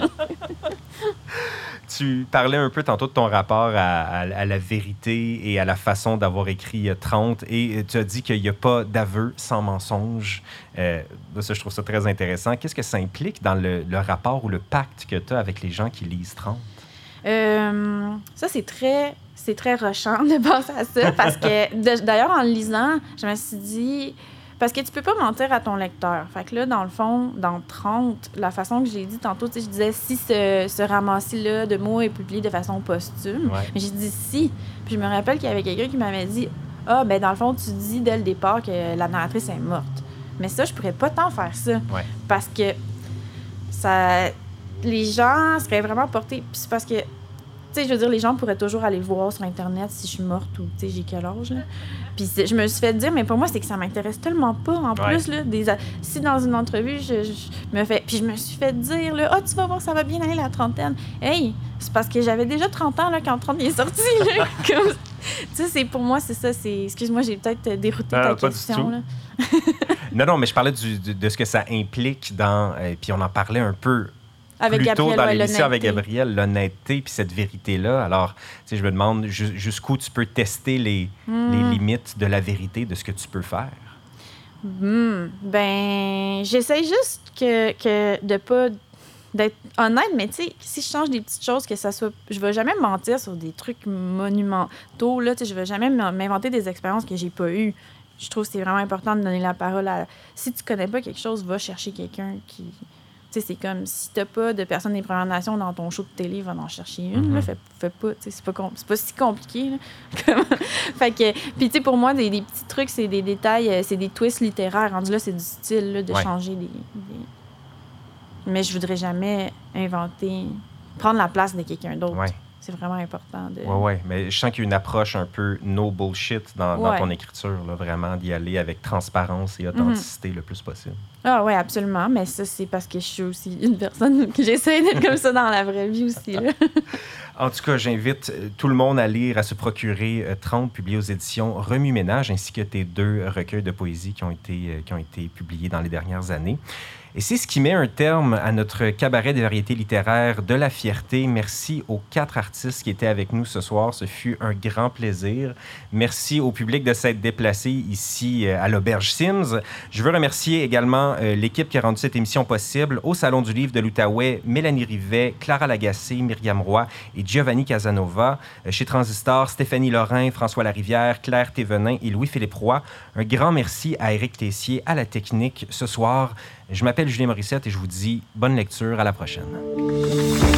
Tu parlais un peu tantôt de ton rapport à la vérité et à la façon d'avoir écrit 30, et tu as dit qu'il n'y a pas d'aveu sans mensonge. Ça, je trouve ça très intéressant. Qu'est-ce que ça implique dans le rapport ou le pacte que tu as avec les gens qui lisent 30? Ça, c'est très rushant de penser à ça, parce que, d'ailleurs, en le lisant, je me suis dit... Parce que tu peux pas mentir à ton lecteur. Fait que là, dans le fond, dans 30, la façon que j'ai dit tantôt, tu sais, je disais si ce ramassis-là de mots est publié de façon posthume. Ouais. Mais j'ai dit si. Puis je me rappelle qu'il y avait quelqu'un qui m'avait dit « Ah, ben dans le fond, tu dis dès le départ que la narratrice est morte. » Mais ça, je pourrais pas tant faire ça. Ouais. Parce que les gens seraient vraiment portés... Puis c'est parce que, tu sais, je veux dire, les gens pourraient toujours aller voir sur Internet si je suis morte ou, tu sais, j'ai quel âge, là. Puis je me suis fait dire, mais pour moi, c'est que ça m'intéresse tellement pas. En plus, là, si dans une entrevue, je me fais... Puis je me suis fait dire, là, « Ah, tu vas voir, ça va bien aller la trentaine. » Hey, c'est parce que j'avais déjà 30 ans là, quand 30 est sorti. Là, comme... Tu sais, pour moi, c'est ça. Excuse-moi, j'ai peut-être dérouté ta question. Là. Non, mais je parlais de ce que ça implique dans... puis on en parlait un peu... Avec plus tôt Gabriel, dans l'émission avec Gabriel, l'honnêteté puis cette vérité-là. Alors, tu sais, je me demande jusqu'où tu peux tester les limites de la vérité de ce que tu peux faire. Ben, j'essaie juste que de pas d'être honnête, mais tu sais, si je change des petites choses, que ça soit... Je vais jamais mentir sur des trucs monumentaux, là, tu sais, je vais jamais m'inventer des expériences que j'ai pas eues. Je trouve que c'est vraiment important de donner la parole à... Si tu connais pas quelque chose, va chercher quelqu'un qui... Tu sais, c'est comme si t'as pas de personnes des Premières Nations dans ton show de télé, va en chercher une. Là, fais pas, tu sais, c'est pas si compliqué. Là. Fait que, puis tu sais, pour moi, des petits trucs, c'est des détails, c'est des twists littéraires. Rendu là, c'est du style là, de changer des... Mais je voudrais jamais prendre la place de quelqu'un d'autre. Ouais. C'est vraiment important de... Oui, mais je sens qu'il y a une approche un peu no bullshit dans ton écriture, là, vraiment d'y aller avec transparence et authenticité le plus possible. Ah oui, absolument, mais ça, c'est parce que je suis aussi une personne que j'essaie d'être comme ça dans la vraie vie aussi. Là. En tout cas, j'invite tout le monde à lire, à se procurer 30, publiés aux éditions Remue-Ménage, ainsi que tes 2 recueils de poésie qui ont été publiés dans les dernières années. Et c'est ce qui met un terme à notre cabaret des variétés littéraires de la fierté. Merci aux 4 artistes qui étaient avec nous ce soir. Ce fut un grand plaisir. Merci au public de s'être déplacé ici à l'Auberge Sims. Je veux remercier également l'équipe qui a rendu cette émission possible. Au Salon du Livre de l'Outaouais, Mélanie Rivet, Clara Lagacé, Myriam Roy et Giovanni Casanova. Chez Transistor, Stéphanie Lorrain, François Larivière, Claire Thévenin et Louis-Philippe Roy. Un grand merci à Éric Tessier à la technique ce soir. Je m'appelle Julien Morissette et je vous dis bonne lecture. À la prochaine.